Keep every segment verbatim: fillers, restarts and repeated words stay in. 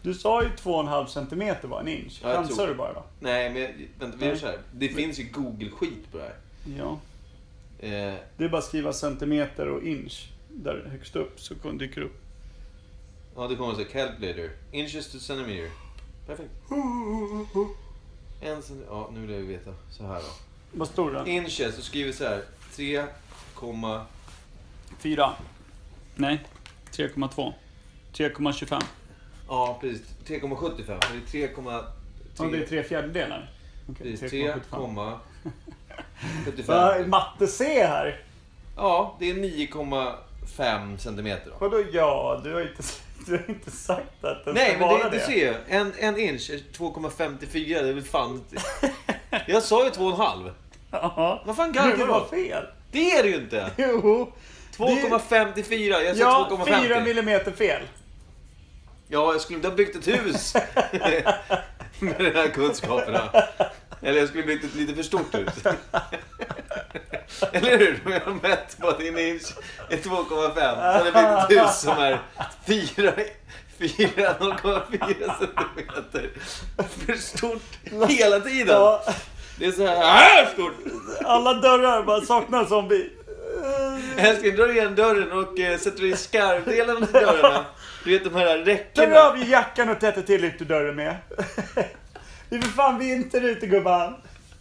Du sa ju två och en halv centimeter var en inch. Ja, Chansar tror... du bara då? Nej, men vänta, vi gör så här. Det men... finns ju Google-skit på det här. Ja. Eh... Det är bara att skriva centimeter och inch. Där högst upp så dyker det upp. Ja, det kommer att säga calculator. Inches to centimeter. Perfekt. En centimeter. Ja, nu vill jag veta. Så här då. Vad står det? Inches, så skriver så här. tre komma fyra. Nej, tre komma två. tre komma tjugofem. Ja, precis. tre komma sjuttiofem. Det är tre komma tre. Ja, det är tre fjärdedelar. Okej, tre komma sjuttiofem. Vad matte C här? Ja, det är nio komma fem centimeter då. Vadå ja? Du har inte, du har inte sagt att det Nej, ska men vara det, det. du ser en, en inch är två komma femtiofyra. Det är väl fan... Jag sa ju två och en halv. Ja. Vad fan garvar du? Det var fel. Det är det ju inte. Jo. två komma femtiofyra. Jag sa ja, två komma femtio. fyra millimeter fel. Ja, jag skulle inte ha byggt ett hus med de här kunskaperna. Eller jag skulle ha byggt ett lite för stort hus. Eller hur? Om jag har mätt på att din inch är två komma fem så hade jag byggt ett hus som är fyra komma fyra centimeter för stort hela tiden. Ja. Det är så här stort. Alla dörrar bara saknar zombie. Älskling, drar igen dörren och äh, sätter i skarvdelen av dörrarna. Du vet de här räckorna. Dra av jackan och tätter till ytterdörren med. Det är för fan vinter ute, gubban.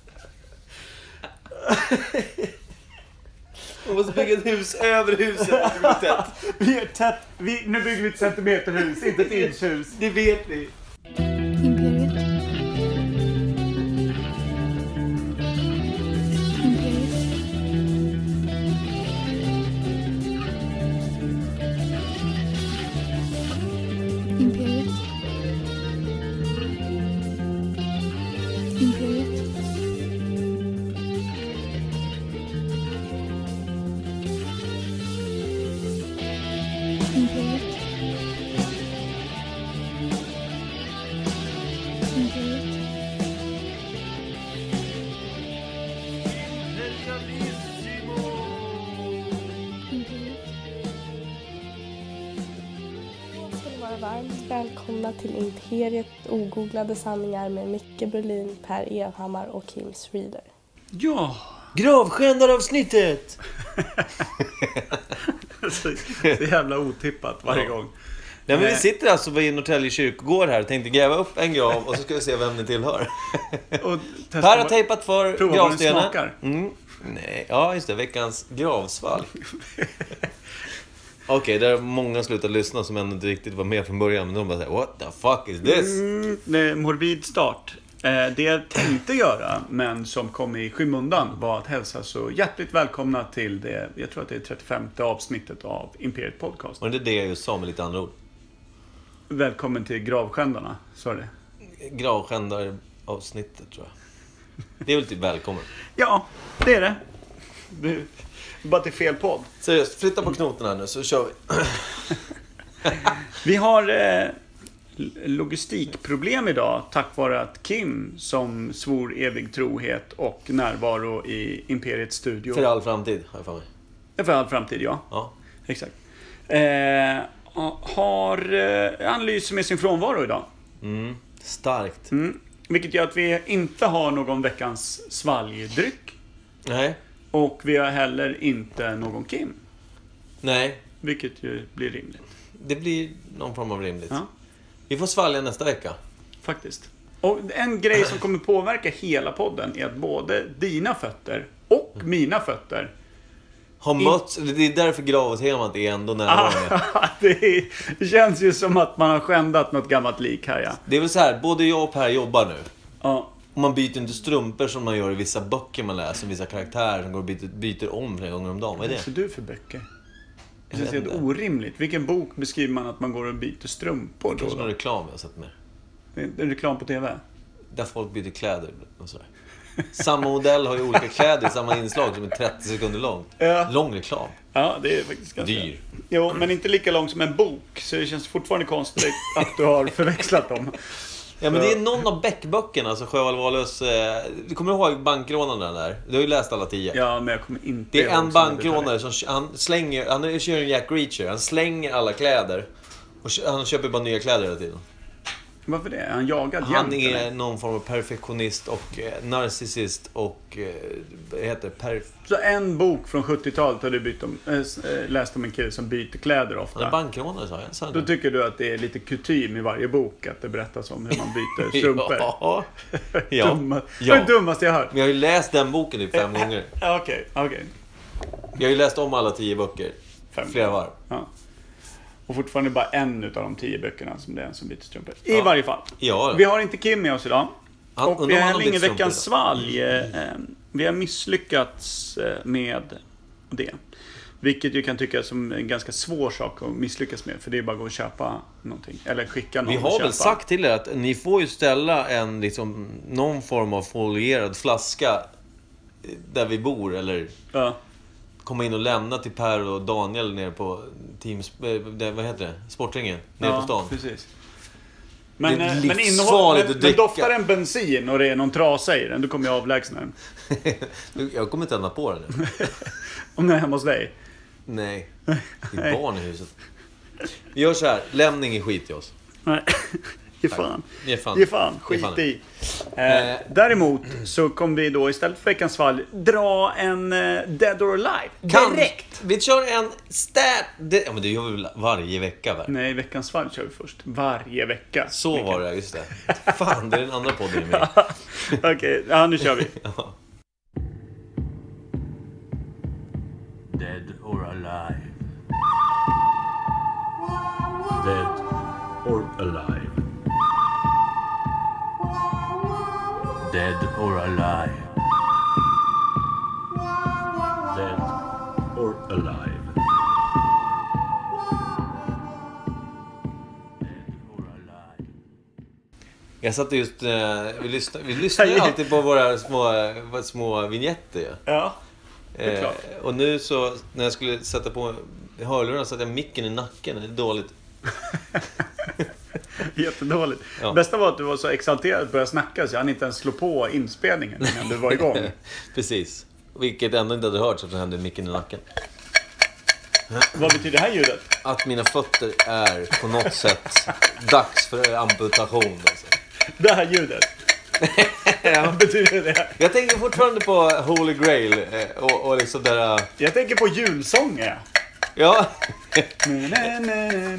Man måste bygga ett hus över huset. Tätt. Vi är tätt. Vi, nu bygger vi ett centimeterhus, inte ett inchhus. Det vet vi. Imperiet. Imperiet. Imperiet. Imperiet. Imperiet. Ska ni vara varmt välkomna till Imperiet ogooglade sanningar med Micke Berlin, Per Evhammar och Kim Reader. Ja. Gravskändaravsnittet. Det är jävla otippat varje ja. gång. Ja, men vi sitter alltså vid Norrtälje kyrkogård här och tänkte gräva upp en grav och så ska vi se vem det tillhör. Och Per har tejpat för gravstenen. Mm. Nej, ja just det, veckans gravsvalg. Okej, okay, där har många slutat lyssna som ändå inte riktigt var med från början. Men de bara säger, what the fuck is this? Mm, nej, morbid start. Eh, det jag tänkte göra, men som kom i skymundan, var att hälsa så hjärtligt välkomna till det, jag tror att det är trettiofemte avsnittet av Imperiet Podcast. Och det är det jag just sa med lite andra ord. Välkommen till gravskändarna, så är det. Gravskändaravsnittet tror jag. Det är väl typ välkommen. Ja, det är det. Det är bara till fel podd. Seriöst, flytta på knoten här nu så kör vi. Vi har eh, logistikproblem idag tack vare att Kim, som svor evig trohet och närvaro i Imperiets studio. För all framtid, har jag för mig. För all framtid, ja. Ja. Exakt. Eh, har eh, han lyser med sin frånvaro idag. Mm, starkt. Mm. Vilket gör att vi inte har någon veckans svalgdryck. Nej. Och vi har heller inte någon Kim. Nej. Vilket ju blir rimligt. Det blir någon form av rimligt. Ja. Vi får svalga nästa vecka. Faktiskt. Och en grej som kommer påverka hela podden är att både dina fötter och mina fötter har mötts. Det är därför gravtemat är ändå närvarande. det, det känns ju som att man har skändat något gammalt lik här, ja. Det är väl så här, både jag och Per jobbar nu. Ja. Och man byter inte strumpor som man gör i vissa böcker man läser. Vissa karaktärer som går och byter, byter om flera gånger om dagen. Vad är det? Vad är du för böcker? Det känns helt orimligt. Vilken bok beskriver man att man går och byter strumpor? Det är kanske någon reklam jag har sett med. Det är en reklam på tv? Där folk byter kläder och sådär. Samma modell har ju olika kläder i samma inslag som är trettio sekunder långt. Ja. Lång reklam. Ja, det är faktiskt ganska dyr. Jo, men inte lika lång som en bok. Så det känns fortfarande konstigt att du har förväxlat dem. Ja, men det är någon av Beck-böckerna, alltså Sjöwall Wahlöös. Eh, du kommer ihåg bankrånarna där? Du har ju läst alla tio. Ja, men jag kommer inte. Det är en bankrånare som han slänger, han kör en Jack Reacher. Han slänger alla kläder och han köper bara nya kläder hela tiden. Varför det? Är han jagad Han jämt, är eller? någon form av perfektionist och eh, narcissist och eh, vad heter det? Perf- Så en bok från sjuttiotalet har du bytt om, äh, läst om en kille som byter kläder ofta. Han är bankrånare, sa jag. Sa Då tycker du att det är lite kutym i varje bok att det berättas om hur man byter strumpor. Ja. Ja. Dumma. Ja. Det är det dummaste jag har hört. Men jag har ju läst den boken i fem gånger. Ja, Okej, okej. Jag har ju läst om alla tio böcker. Fem. Flera varv. Ja. Och fortfarande bara en av de tio böckerna som det är en som byter strumpor. I Ja. varje fall. Ja. Vi har inte Kim med oss idag. Han- Och undrar vi om har han har heller ingen bytt veckans strumpor svalg. Eh, Vi har misslyckats eh, med det. Vilket ju kan tyckas som en ganska svår sak att misslyckas med. För det är bara att gå och köpa någonting. Eller skicka någon Vi och har köpa. väl sagt till er att ni får ju ställa en liksom, någon form av folierad flaska där vi bor, eller Ja. komma in och lämna till Per och Daniel nere på Teams, eh, det, vad heter det? Sportringen, nere Ja, på stan. precis. Men, Det är eh, men, innehåll, livsfarligt men, att men dricka. doftar en bensin och det är någon trasa i den, då kommer jag avlägsna den. Jag kommer inte tända på den nu. Om den är hemma hos dig. Nej, det är barn i huset. Vi gör så här, lämning är skit i oss. Nej, ge fan. Ge fan. Ge fan, Ge skit fan. i. Eh, däremot så kommer vi då istället för veckans fall dra en eh, Dead or Alive. Kan, Direkt. vi kör en stat... Det, ja, men det gör vi väl varje vecka, va? Nej, veckans fall kör vi först. Varje vecka. Så var det, just det. Fan, det är den andra podden med. Okej, ja, nu kör vi. Ja. Dead or alive. Dead or alive. Dead or alive. Dead or alive. Dead or alive. Jag satt just... Eh, vi lyssnar, vi lyssnar ju alltid på våra små, eh, små vignetter. Ja. Ja, är Eh, klart. och nu så, när jag skulle sätta på hörlurarna, satte jag micken i nacken. Det är dåligt. Jättedåligt. Ja. Bästa var att du var så exalterad att börja snacka så jag hann inte ens slå på inspelningen innan du var igång. Precis. Vilket ändå inte hade hört så att det hände micken i nacken. Vad betyder det här ljudet? Att mina fötter är på något sätt dags för amputation. Alltså. Det här ljudet. Vad betyder det? Jag tänker fortfarande på Holy Grail eh, och, och liksom där... eh, Jag tänker på julsånger. Ja. Na, na, na, na.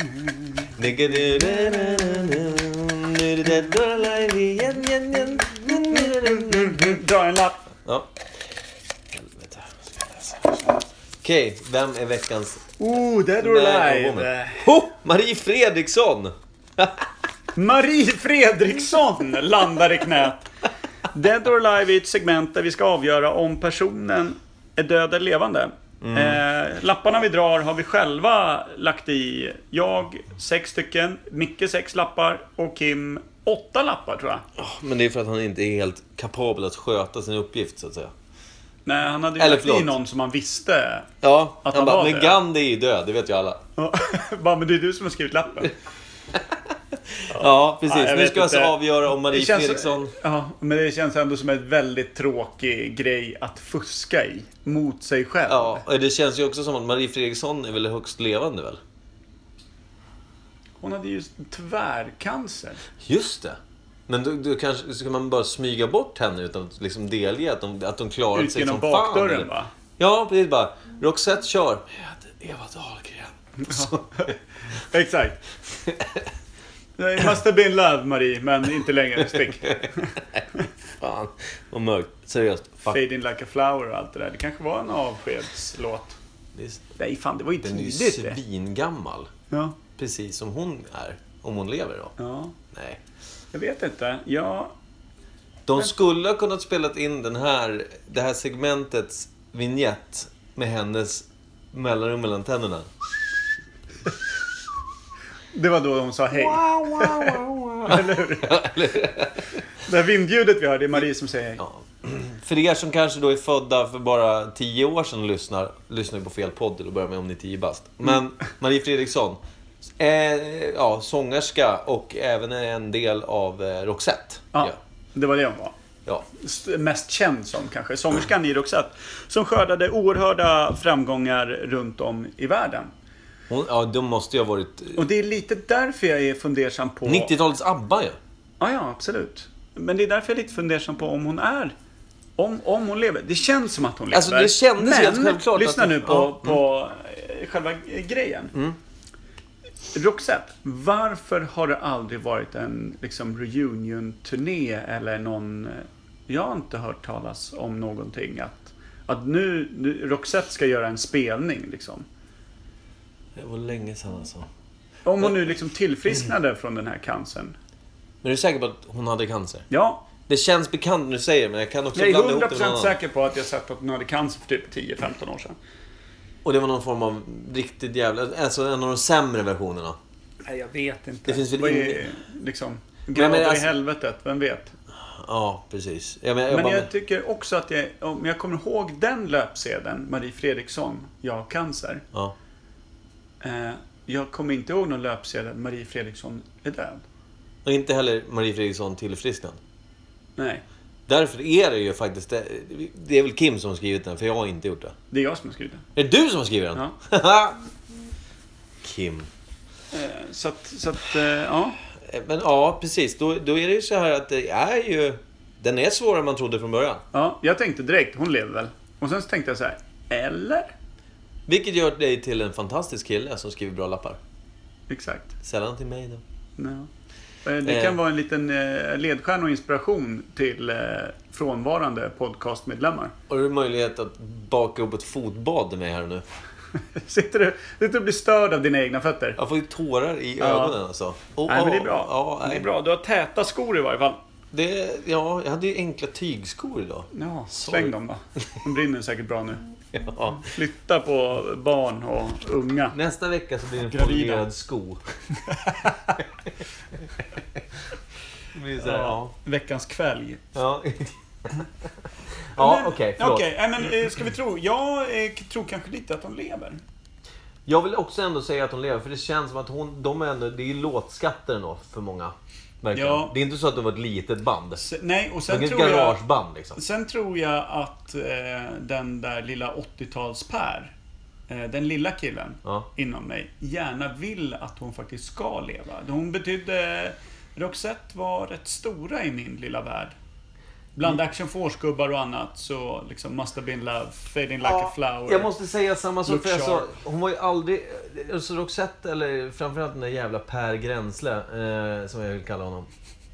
Dra en lapp. Ja. Helvete. Okej, vem är veckans... Oh, Dead or Alive. Oh, Marie Fredriksson! Marie Fredriksson landar i knät. Dead or Alive är ett segment där vi ska avgöra om personen är död eller levande. Mm. Eh, lapparna vi drar har vi själva lagt i. Jag sex stycken, Micke sex lappar och Kim åtta lappar tror jag. Men det är för att han inte är helt kapabel att sköta sin uppgift, så att säga. Nej, han hade ju Eller lagt i förlåt. någon som han visste. Ja, Att han han bara, var men det. Gandhi är ju död, det vet ju alla. Bara, men det är du som har skrivit lappen. Ja, precis. Ja, jag nu vet ska vi alltså inte. avgöra om Marie Det känns- Fredriksson... Ja, men det känns ändå som en väldigt tråkig grej att fuska i. Mot sig själv. Ja, och det känns ju också som att Marie Fredriksson är väl högst levande, väl? Hon hade ju tvärcancer. Just det. Men då, då kanske ska man bara smyga bort henne utan att liksom delge att de, att de klarat Ut sig genom som bakdörren, fan. eller- va? Ja, precis bara. Roxette kör med Eva Dahlgren. Så, Exakt. Det must have been love, Marie, men inte längre. Stick. fan, vad mörkt. Seriöst. Fuck. Fade in like a flower och allt det där. Det kanske var en avskedslåt. Det är, Nej, fan, det var ju den är ju tidigt det. svingammal. Ja, Precis som hon är. Om hon lever då. ja. Nej. Jag vet inte. Ja, De skulle ha kunnat spela in den här, det här segmentets vignett med hennes mellanrum mellan tänderna. det var då hon sa hej. Eller hur? Det här vindljudet vi hör, det är Marie som säger hej. Ja. För er som kanske då är födda för bara tio år sedan och lyssnar, lyssnar på fel podd eller börjar med om ni är tio bast. Men Marie Fredriksson, eh, ja, sångerska och även en del av eh, Roxette. Ja, det var det hon var. Ja. St- Mest känd som kanske. Sångerskan i Roxette. Som skördade oerhörda framgångar runt om i världen. Hon, ja, de måste ju ha varit... Och det är lite därför jag är fundersam på... nittiotalets ABBA ju. Ja, ja, absolut. Men det är därför jag är lite fundersam på om hon är... Om, om hon lever. Det känns som att hon lever. Alltså, det kändes helt Men, självklart lyssna att- nu på, ja, på mm. själva grejen. Mm. Roxette, varför har det aldrig varit en liksom, reunion-turné eller någon... Jag har inte hört talas om någonting att, att nu, nu Roxette ska göra en spelning liksom. Det var länge sedan alltså. Om hon nu liksom tillfrisknade från den här cancern. Men är du säker på att hon hade cancer? Ja, Det känns bekant när du säger, men jag kan också jag är blanda ihop hundra det med någon procent annan. säker på att jag sett att hon hade cancer för typ tio femton år sedan. Och det var någon form av riktigt jävla... Alltså en av de sämre versionerna. Nej, jag vet inte. Det finns väl Vad är, ingen- liksom, Men- grader men alltså- i helvetet, vem vet? Ja, precis. Jag, men, jag, Men bara, jag tycker också att jag, om jag kommer ihåg den löpsedeln, Marie Fredriksson, jag har cancer. ja. Eh, jag kommer inte ihåg någon löpsedel, Marie Fredriksson är död. Och inte heller Marie Fredriksson tillfrisknad. Nej, Därför är det ju faktiskt... Det, det är väl Kim som har skrivit den, för jag har inte gjort det. det är jag som har skrivit den. Är det du som har skrivit den? Ja. Kim. Eh, så att, så att eh, ja. Men ja, precis. Då, då är det ju så här att det är ju... Den är svårare än man trodde från början. ja. Jag tänkte direkt, hon lever väl. Och sen så tänkte jag så här, eller? Vilket gör dig till en fantastisk kille som skriver bra lappar. Exakt. Sällan till mig då. Ja. Eh, Det Eh. kan vara en liten eh, ledstjärna och inspiration till eh, frånvarande podcastmedlemmar. Och du har möjlighet att baka upp ett fotbad med mig här nu. Sitter du, sitter du och blir störd av dina egna fötter? Jag får ju tårar i Ja. ögonen alltså. Och, Nej, men det är bra. Ja, det nej. är bra. Du har täta skor i varje fall. Det, ja, jag hade ju enkla tygskor idag. Ja, släng dem då. De brinner säkert bra nu. Ja. Flytta på barn och unga. Nästa vecka så blir det en Gravida. polerad sko. Det blir så här, ja. Veckans kvälj. Ja, ja Men- okej, förlåt. Okej, nej, men eh, ska vi tro? Jag eh, tror kanske lite att de lever. Jag vill också ändå säga att hon lever, för det känns som att hon, de är ändå, det är ju låtskatter ändå för många. Verkligen. Ja. Det är inte så att de var ett litet band. Se, nej, och Det sen är ett tror jag... garageband liksom. Sen tror jag att eh, den där lilla åttio-tals-Per, eh, den lilla killen Ja. inom mig, gärna vill att hon faktiskt ska leva. Hon betydde... Roxette var rätt stora i min lilla värld. Bland Action Force-gubbar och annat så liksom Must have been love, Fading like a flower. Jag måste säga samma sak, Look för jag sa, sharp. hon var ju aldrig... Alltså Roxette, eller framförallt den där jävla Per Gränsle, eh, som jag vill kalla honom.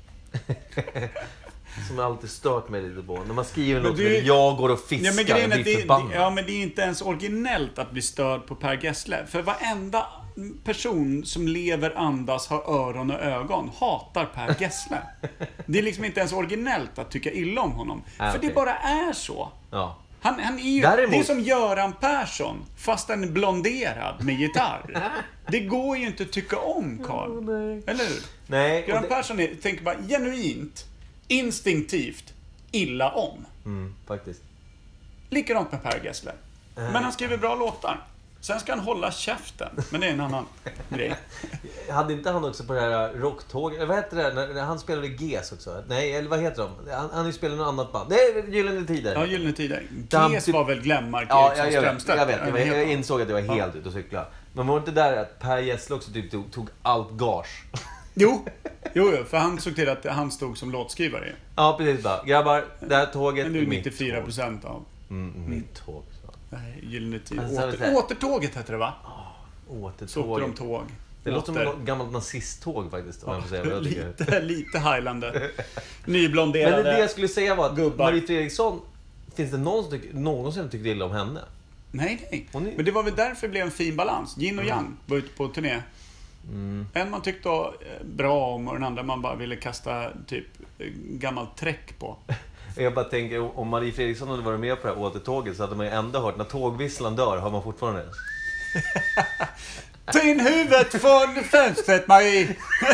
Som jag alltid stört mig lite på. När man skriver Men något du- med jag går och fiskar, Ja, men jag grejen är att blir det, förbannad. det, ja, men det är inte ens originellt att bli störd på Per Gessle. För varenda person som lever, andas, har öron och ögon hatar Per Gessle. Det är liksom inte ens originellt att tycka illa om honom. Ah, för okej. det bara är så. Ja. Han, han är ju, Däremot- Det är som Göran Persson, fast en blonderad med gitarr. Det går ju inte att tycka om Carl. Eller hur? Nej, och Göran det, Persson är, tänker bara genuint, instinktivt, illa om. mm, faktiskt. Likadant med Per Gessle. Men han skriver bra låtar. Sen ska han hålla käften. Men det är en annan grej. Hade inte han också på det här rocktåget, vad heter det, när, när han spelade G S också? Nej, eller vad heter de? Han, han spelar något annat band. Nej, Gyllene Tider. Ja, Gyllene Tider. Damn, Ges typ- var väl Glenmark Ja, Eriksson jag, jag, vet, Strömstedt. jag vet. Jag, vet, jag Helt- insåg att jag var helt ute och cykla. Men var det inte där att Per Gessle också typ tog, tog allt gage? Jo, jo, jo, för han såg till att han stod som låtskrivare. Ja, precis bara. Grabbar, det här tåget Men det är är mitt nittiofyra tåg. procent av Mm, mitt tåg. Så. nej, Gyllene Tider. Alltså, så Åter, här- återtåget heter det va? Så åkte de Återtåget. tåg. Det låter som Åter. ett gammalt nazisttåg faktiskt. Om jag får säga vad jag tycker. lite, lite Highlander. Men Nyblonderade. det jag skulle säga var att gubbar. Marie Fredriksson, finns det någon som tycker, någonsin tyckt illa om henne? Nej, nej. Hon är- Men det var väl därför det blev en fin balans. Yin och Yang var ute på turné. Mm. En man tyckte eh, bra om och den andra man bara ville kasta typ eh, gammalt träck på. Jag bara tänker, om Marie Fredriksson hade varit med på det här återtåget så hade man ju ändå hört när tågvisslan dör, har man fortfarande det. Ta in huvudet från fönstret, Marie!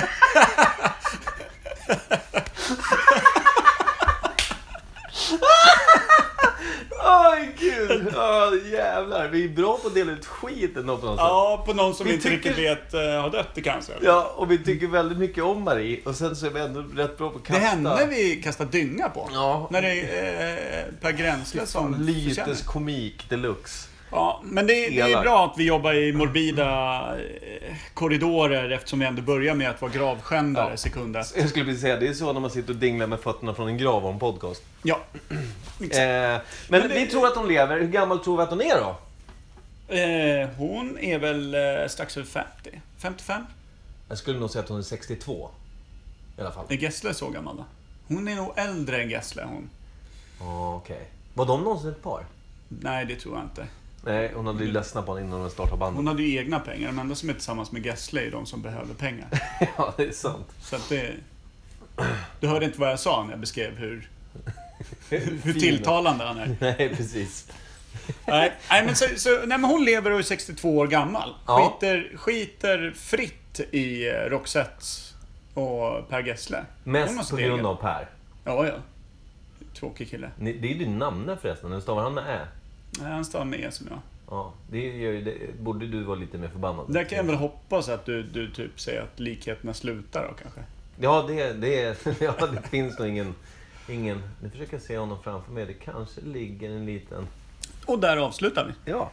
Oj gud! Åh jävlar, vi är bra på att dela ut skit ändå på något sätt. Ja, på någon som Vi inte tycker- riktigt vet uh, har dött i cancer. Ja, och vi tycker väldigt mycket om Marie. Och sen så är vi ändå rätt bra på att Det är kasta. henne vi kastar dynga på. Ja. När det är eh, Per Gränsle som förtjänar. Lytes komik deluxe. Ja, men det, det är Elak. bra att vi jobbar i morbida eh, korridorer eftersom vi ändå börjar med att vara gravskändare Ja. sekunder. Jag skulle vilja säga, det är så när man sitter och dinglar med fötterna från en grav om en podcast. Ja. Eh, men Men det- vi tror att hon lever. Hur gammal tror vi att hon är då? Eh, hon är väl eh, strax över femtio? femtiofem? Jag skulle nog säga att hon är sextiotvå. I alla fall. Är Gessle så gammal då? Hon är nog äldre än Gessle hon. Oh, okej. Okay. Var de någonsin ett par? Nej, det tror jag inte. Nej, hon hade blivit ledsna på honom innan hon startade bandet. Hon hade ju egna pengar. De enda som är tillsammans med Gessle är de som behöver pengar. Ja, det är sant. Så att det... Du hörde inte vad jag sa när jag beskrev hur, hur Fin. tilltalande han är. Nej, precis. Nej, nej, men, så, så, nej, men hon lever och är sextiotvå år gammal. Ja. Skiter, skiter fritt i eh, Roxette och Per Gessle. Hon har Mest sitt på grund eget. av Per. Ja, ja. Tråkig kille. Ni- Det är ju din namn förresten. Nu stavar han med Ä. Nej, han stavar med E som jag. Ja, det, gör ju, det borde du vara lite mer förbannad. Där kan jag väl hoppas att du, du typ säger att likheterna slutar då kanske. Ja, det, det, ja, det finns nog ingen, ingen... Nu försöker jag se honom framför mig. Det kanske ligger en liten... Och där avslutar vi. Ja.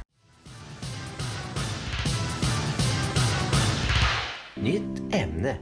Nytt ämne.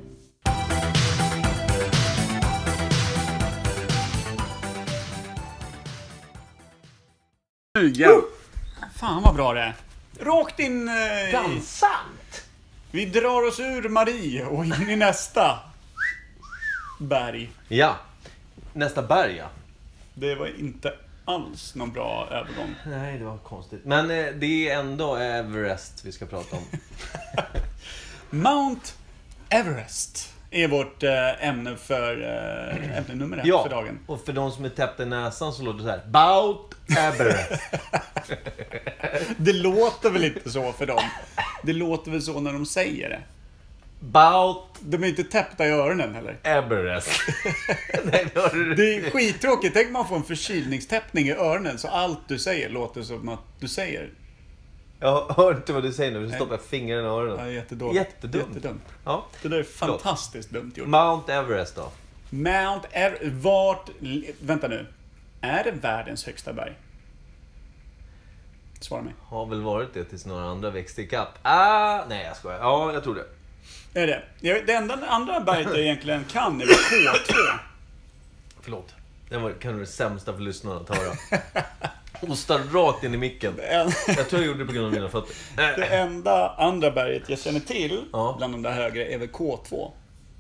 Nu igen. Fan vad bra det är. Rakt in... Eh, i- Dansant! vi drar oss ur Marie och in i nästa berg. Ja. Nästa berg, ja. Det var inte alls någon bra övergång. Nej, det var konstigt. Men eh, det är ändå Everest vi ska prata om. Mount Everest är vårt eh, ämne för eh, ämne nummer ett Ja, för dagen. och för de som är täppta i näsan så låter det så här. Bout Everest. Det låter väl inte så för dem. Det låter väl så när de säger det. Bout De är inte täppta i öronen heller. Everest. Nej, det har du. Det är skittråkigt. Tänk man får en förkylningstäppning i öronen så allt du säger låter som att du säger. Jag hör inte vad du säger nu. Du stoppar fingrarna i öronen. Ja, jättedåligt. Jättedumt. Jättedumt. Ja. Det där är fantastiskt dumt gjort. Mount Everest då? Mount Everest. Vart... Vänta nu. Är det världens högsta berg? Svara mig. Har väl varit det tills några andra växte ikapp. Ah, nej jag skojar. Ja, jag tror det. Är det? Ja, det enda andra berget jag egentligen kan är väl K två. Förlåt. Det var kan det sämsta för lyssnarna att höra. Hostar rakt in i micken. Det en- Jag tror jag gjorde det på grund av mina fötter. Det enda andra berget jag känner till Ja. bland de där högre är väl K två.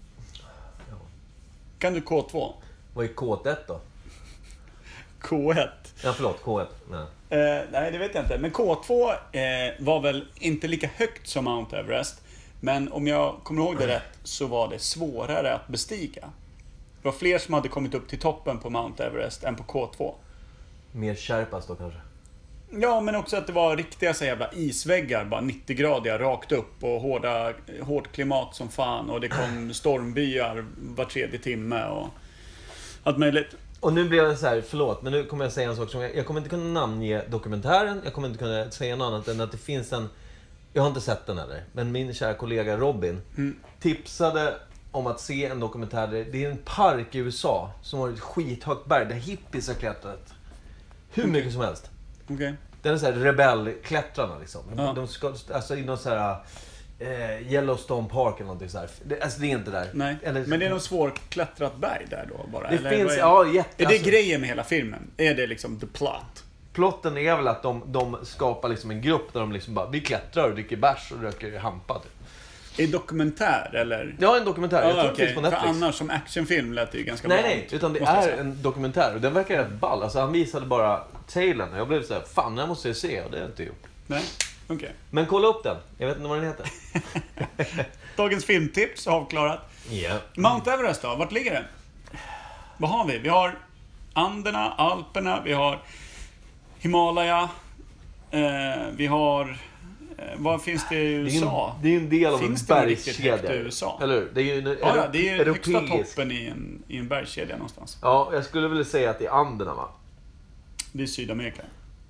Kan du K två? Vad är K ett då? K ett? Ja, förlåt. K ett. Nej. Eh, nej, det vet jag inte. Men K två eh, var väl inte lika högt som Mount Everest. Men om jag kommer ihåg det rätt så var det svårare att bestiga. Det var fler som hade kommit upp till toppen på Mount Everest än på K två. Mer Sherpas då kanske? Ja, men också att det var riktiga så jävla isväggar, bara nittio-gradiga rakt upp och hårda, hårt klimat som fan och det kom stormbyar var tredje timme och allt möjligt. Och nu blev jag så här, förlåt, men nu kommer jag säga en sak som jag, jag kommer inte kunna namnge dokumentären, jag kommer inte kunna säga något annat än att det finns en, jag har inte sett den heller, men min kära kollega Robin Mm. tipsade om att se en dokumentär, det är en park i U S A som har ett skithögt berg där hippies har klättrat hur mycket som helst. Okej. Den är så här rebellklättrarna liksom. De, Ja. de ska, alltså i någon så här eh, Yellowstone Park eller någonting så här. Det, alltså det är inte där. Nej, Eller, men det är något svårklättrat berg där då bara? det eller finns, vad är, ja jätte, är det alltså, grejen med hela filmen? Är det liksom the plot? plotten är väl att de, de skapar liksom en grupp där de liksom bara, vi klättrar och dricker bärs och röker hampa typ. Är det dokumentär eller? Ja, en dokumentär. Jag tror Ja, det finns på För Netflix. annars som actionfilm lät det ju ganska Nej, bra. nej, utan det måste jag är säga. en dokumentär och den verkar rätt ball. Alltså han visade bara trailern och jag blev så här, fan den måste jag se och det har jag inte gjort. Nej, okej. Men kolla upp den, jag vet inte vad den heter. Dagens filmtips avklarat. Ja. Mount Everest då, vart ligger den? Vad har vi? Vi har Anderna, Alperna, vi har Himalaya, eh, vi har... Eh, vad finns det i Det är ju en, USA? det är en del av Finns en det något riktigt högt bergskedja. i U S A? Eller hur? Det är ju en Ja, ja, det är ju högsta europeisk. toppen i en, i en bergskedja någonstans. Ja, jag skulle vilja säga att det är Anderna va? Det är Sydamerika.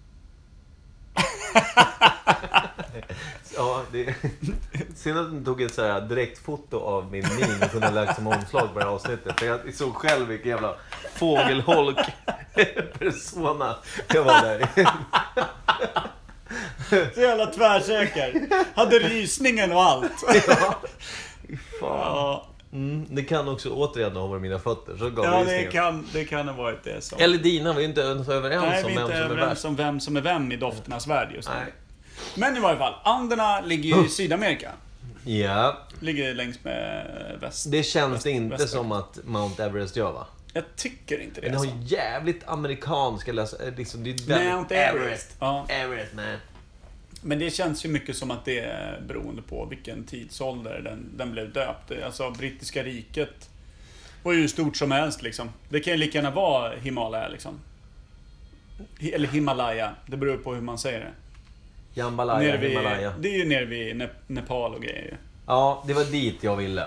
Ja, det... Synd att den tog ett så här direktfoto av min min och kunde lagt som omslag på det här avsnittet. För jag såg själv vilken jävla fågelholk persona jag var där. Så jävla tvärsäker. Hade rysningen och allt. Ja. Fan. Ja, Mm, det kan också återigen ha varit mina fötter. Så gav ja det, rysningen. kan, det kan ha varit det som... Eller dina, vi är inte ens överens Nej, om vi är vem inte som är överens värst. om vem som är vem i dofternas värld just nu. Nej. Men i varje fall, Anderna ligger ju i Sydamerika. Ja, Ligger längs med väst. det känns väst, inte väst. som att Mount Everest gör, va? Jag tycker inte det. Den har Alltså. jävligt amerikanska läsa, liksom, det är väldigt... Mount Everest. Ja. Everest, man. Men det känns ju mycket som att det är beroende på vilken tidsålder den, den blev döpt. Alltså brittiska riket var ju stort som helst liksom. Det kan ju lika gärna vara Himalaya liksom. Hi- Eller Himalaya, det beror på hur man säger det. Jambalaya, Nere vid, Himalaya. det är ju nere vid ne- Nepal och grejer ju. Ja, det var dit jag ville.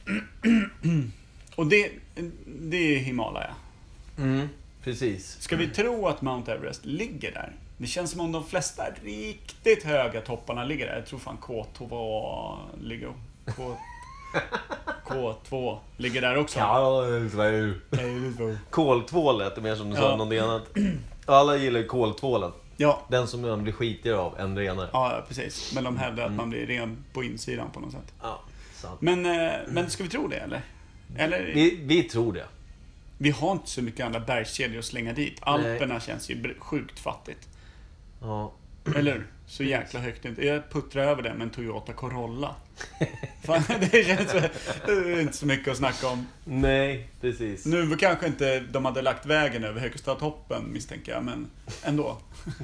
Och det, det är Himalaya. Mm, precis. Ska vi tro att Mount Everest ligger där? Det känns som om de flesta riktigt höga topparna ligger där. Jag tror fan K två ligger... K, K två ligger där också. Ja, koltvål lät det mer som du sa Ja. någonting annat. Alla gillar koltvålen. Ja, Den som man blir skitigare av än renare. ja, precis. Men de hävdar att man blir ren på insidan på något sätt. Ja, sant. Men, eh, men ska vi tro det eller? Eller vi, Vi, vi tror det. vi har inte så mycket andra bergskedjor att slänga dit. Alperna känns ju br- sjukt fattigt. Ja. Eller hur? Så jäkla högt inte. Jag puttrar över det med en Toyota Corolla. Fan, det känns det är inte så mycket att snacka om. Nej, precis. Nu kanske inte de hade lagt vägen över högsta toppen misstänker jag, men ändå.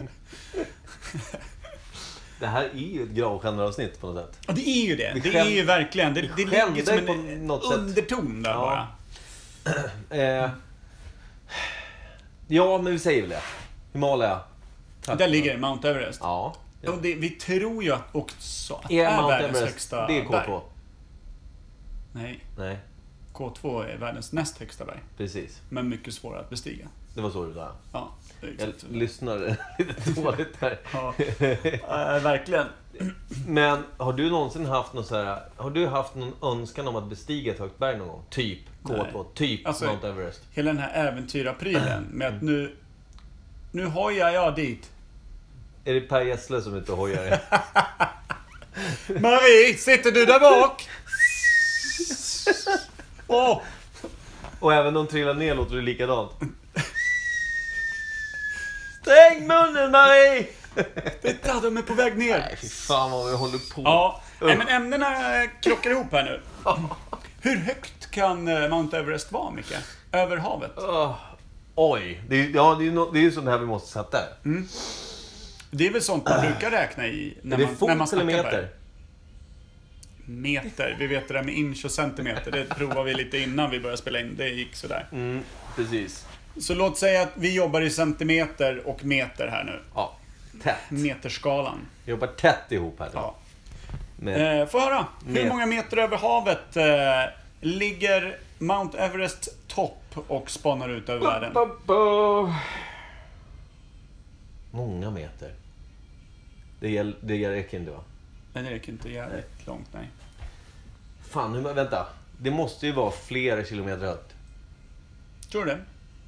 Det här är ju ett gravskändaravsnitt på något sätt. Och det är ju det. Vi Det skäm- är ju verkligen. Det, det vi ligger skämde som på en något sätt. underton där Ja. bara. Eh, ja, men vi säger väl det. Himalaya. Där ligger Mount Everest. Ja. ja. Och det, vi tror ju att också att Är det är Mount världens Everest, högsta det är K två. berg. Nej, Nej, K två är världens näst högsta berg. precis. Men mycket svårare att bestiga. Det var så du sa. Ja, det är Jag exakt så. lyssnar lite dåligt här. Ja, äh, verkligen. Men har du någonsin haft någon så här, har du haft någon önskan om att bestiga ett högt berg någon gång? Typ K två, Nej. typ Alltså- Mount Everest. Hela den här äventyraprylen med att nu... Nu hojar jag dit. Är det Per Gessle som inte hojar det? Marie, sitter du där bak? Åh! Och även om de trillar ner låter det likadant. Stäng munnen, Marie! Titta, de är på väg ner. Nej, fy fan vad vi håller på. Ja, nej, men ämnena krockar ihop här nu. Hur högt kan eh, Mount Everest vara, Micke? Över havet? Åh, oj, det är, ja, det är, no, det är ju sånt här vi måste sätta. Det är väl sånt man brukar räkna i när Är det man, fot när man eller snackar meter? berg. Meter. Vi vet det där med inch och centimeter. Det provade vi lite innan vi började spela in. Det gick sådär. Mm, precis. Så låt säga att vi jobbar i centimeter och meter här nu. Ja, tätt. Meterskalan. Vi jobbar tätt ihop här. Ja. Med, Eh, få höra. Hur Met- många meter över havet eh, ligger Mount Everest topp och spanar ut över världen? Bu- bu- Många meter. Det, gäll, det räcker inte, va? Nej, det räcker inte jävligt långt, nej. Fan, hur, vänta. Det måste ju vara flera kilometer högt. Tror du det?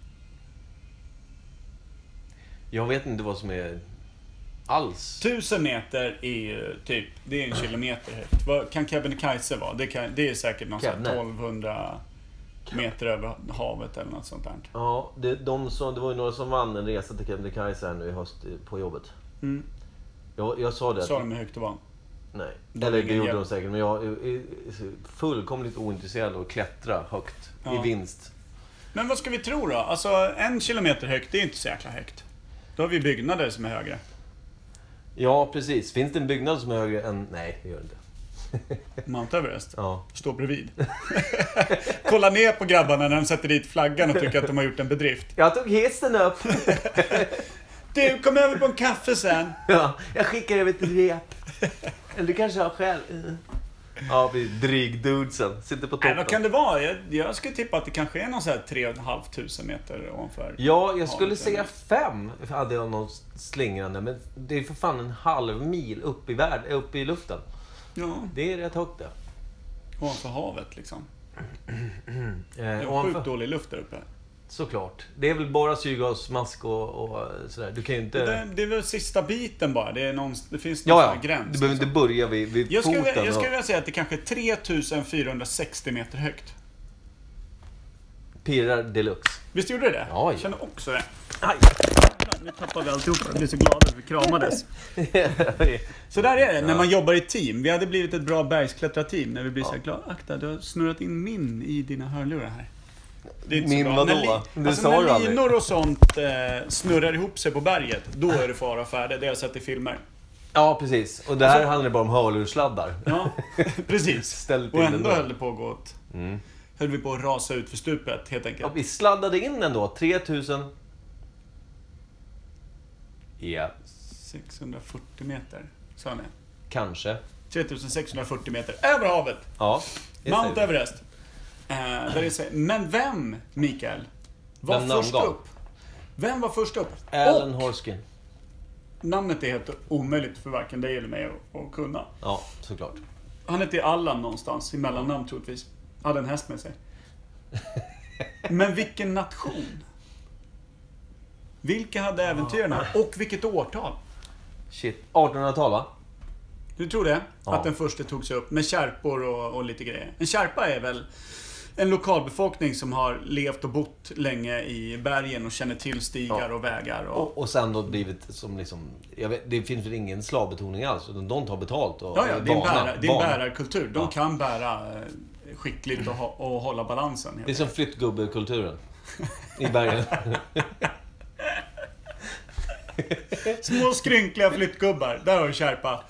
Jag vet inte vad som är alls. Tusen meter är ju typ, det är en kilometer högt. Vad kan Kebnekaise vara? Det, kan, det är säkert någon sån här Kebne. tolvhundra meter över havet eller något sånt där. Ja, det, de som, det var ju några som vann en resa till Kebnekaise här nu i höst på jobbet. Mm. Jag, jag sa det. Sa Att, de hur högt det var? nej, De eller har det ingen gjorde hjälp. de säkert. Men jag är är fullkomligt ointresserad av att klättra högt Ja. i vinst. Men vad ska vi tro då? Alltså en kilometer högt, det är inte så jäkla högt. Då har vi byggnader som är högre. Ja, precis. Finns det en byggnad som är högre än... Nej, det gör det inte. Mount Everest. Ja. Står bredvid. Kolla ner på grabbarna när de sätter dit flaggan och tycker att de har gjort en bedrift. Jag tog hissen upp. Du, kom över på en kaffe sen. Ja, jag skickar över ett rep. Eller du kanske har själv. Ja, vi dryg dudesen. Sitter på toppen. Nej, vad kan det vara? Jag, jag skulle tippa att det kanske är någon så här tre och ett halvt tusen meter ovanför. Ja, jag skulle Ja, säga fem. Hade jag någon slingrande. Men det är för fan en halv mil upp i, värld, upp i luften. Ja, Det är rätt högt det. ovanför havet liksom. Det Eh, är ovanför- sjukt dålig luft där uppe. Såklart. Det är väl bara syrgasmask och, och sådär. Du kan ju inte... Det, det är väl sista biten bara. Det, är någon, det finns någon Ja, sån här ja. gräns. Du behöver inte liksom. börja vid, vid Jag skulle, foten. jag skulle och... vilja säga att det kanske är tre tusen fyrahundrasextio meter högt. Pirrar deluxe. Visst gjorde det det? Ja, ja. Jag känner också det. Aj. Nu tappade vi alltihop. Jag blir så glad att vi kramades. Så där är det, när man jobbar i team. Vi hade blivit ett bra bergsklättrarteam när vi blir så här glada. Akta, du har snurrat in min i dina hörlurar här. Det är inte Min så bra. vadå, När, li- va? Det alltså, sa du när aldrig. linor och sånt eh, snurrar ihop sig på berget, då är det fara och färde. Det har jag sett i filmer. Ja, precis. Och det här handlar bara om hörlursladdar. Ja, precis. Ställ till Och den ändå då. höll det på att gå åt. Mm. Höll vi på att rasa ut för stupet, helt enkelt. Ja, vi sladdade in ändå. tre tusen... Ja, sexhundrafyrtio meter, sa ni? kanske. tre tusen sexhundrafyrtio meter över havet. Ja. det Mount säger vi. Everest. Eh, där det säger, men vem, Mikael, var Vem först namngav? upp? Vem var först upp? Alan Och Horskin. namnet är helt omöjligt för varken dig eller mig att, att kunna. Ja, såklart. Han heter Allan någonstans, i mellannamn troligtvis. Hade en häst med sig. Men vilken nation? Vilka hade äventyrarna? Och vilket årtal? Shit. artonhundratal, va? Du tror det? Ja. Att den första tog sig upp med kärpor och, och lite grejer. En kärpa är väl en lokalbefolkning som har levt och bott länge i bergen och känner till stigar Ja. och vägar. Och... Och, och sen då blivit som liksom... Jag vet, det finns väl ingen slavbetoning alls. Utan de tar betalt och Ja, ja, det är en, vana, bära, det är en vana. bärarkultur. De Ja. kan bära eh, skickligt och, ha, och hålla balansen. helt Det är som flyttgubbekulturen. I bergen. Små skrynkliga flyttgubbar. Där har du kärpa.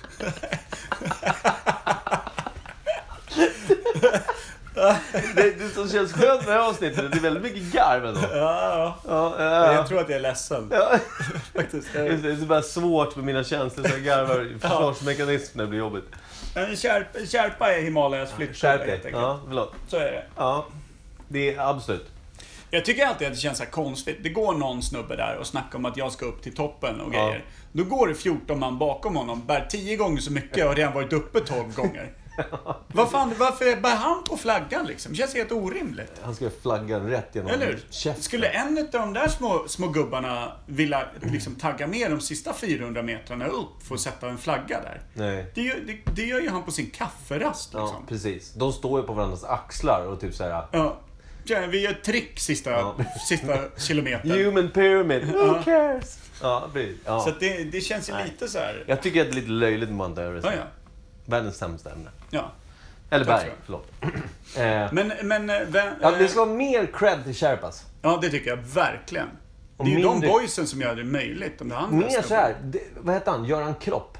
det, det som känns skönt med det här avsnittet, det är väldigt mycket garv ändå. Ja, ja. Ja, ja, ja. Jag tror att jag är ledsen. Ja. Faktiskt. Just det, det är bara svårt med mina känslor så jag garvar i försvarsmekanism när det blir jobbigt. En kärpa, kärpa är Himalayas flyttgubbe, Skärp helt dig. enkelt. Ja, förlåt. Så är det. Ja, det är absolut. Jag tycker alltid att det känns så här konstigt. Det går någon snubbe där och snackar om att jag ska upp till toppen och Ja. grejer. Då går det fjorton man bakom honom, bär tio gånger så mycket och har redan varit uppe tolv gånger. Vad fan, varför bär han på flaggan liksom? Det känns helt orimligt. Han ska flagga rätt genom Eller hur? käften. Skulle en av de där små, små gubbarna vilja liksom tagga med de sista fyrahundra metrarna upp för att sätta en flagga där? Nej. Det gör, det, det gör ju han på sin kafferast Ja, liksom. precis. De står ju på varandras axlar och typ såhär... Ja. Ja, vi gör ett trick sista, Ja. sista kilometern. Human pyramid, who Ja. cares? Ja, precis. Ja. Så att det, det känns ju Nej. lite så här. Jag tycker att det är lite löjligt med Mount Everest. Ja, ja. Världens sämsta ämne. Ja. Eller Tack berg, så. förlåt. eh, Men, men eh, vem, ja, det eh, ska vara mer cred till Sherpas. ja, det tycker jag verkligen. Och Det är ju de mindre- boysen som gör det möjligt. Om det andra Mer snubbar. så här, det, vad hette han? Göran Kropp.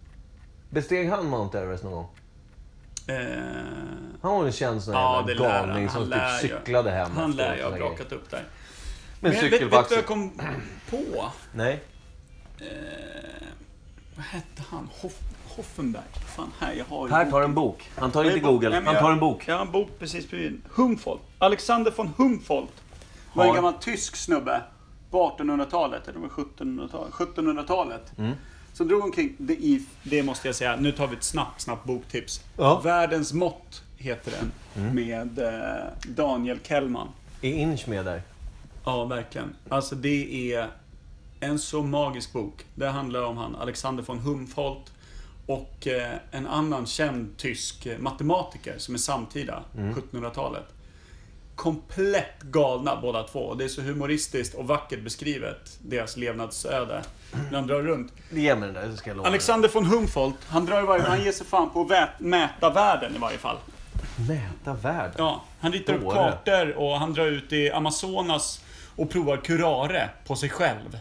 Besteg han Mount Everest någon gång? Eh, Han var en känd sån här ja, det jävla lär han. galning Han som lär typ ju. cyklade hem. Han efter lär och jag ha såna brakat upp där. Med Men cykel vet, på vet du vad axeln. jag kom på? Nej. Eh, vad hette han? Hoff, Hoffenberg. Fan, här, jag har ju Per tar boken. en bok. Han tar Jag inte har ju Google, bok. Nej, men han jag- tar en bok. Jag har en bok precis bredvid. Humboldt. Alexander von Humboldt var en Har- gammal tysk snubbe på artonhundratalet, eller sjuttonhundratalet. sjuttonhundratalet. Mm. Som drog omkring, det, i, det måste jag säga, nu tar vi ett snabbt, snabbt boktips. Ja. Världens mått heter den, Mm. med eh, Daniel Kellman. Är Inch med där? Ja, verkligen. Alltså det är en så magisk bok. Det handlar om han Alexander von Humboldt och eh, en annan känd tysk eh, matematiker som är samtida, sjuttonhundratalet. Komplett galna båda två. Och det är så humoristiskt och vackert beskrivet, deras levnadsöde, när de drar runt. Ge mig den där så ska jag låna Alexander von Humboldt, han, drar i varje, han ger sig fan på att vät, mäta världen i varje fall. den. Mäta världen. Ja, han ritar upp Dåre. kartor och han drar ut i Amazonas och provar curare på sig själv.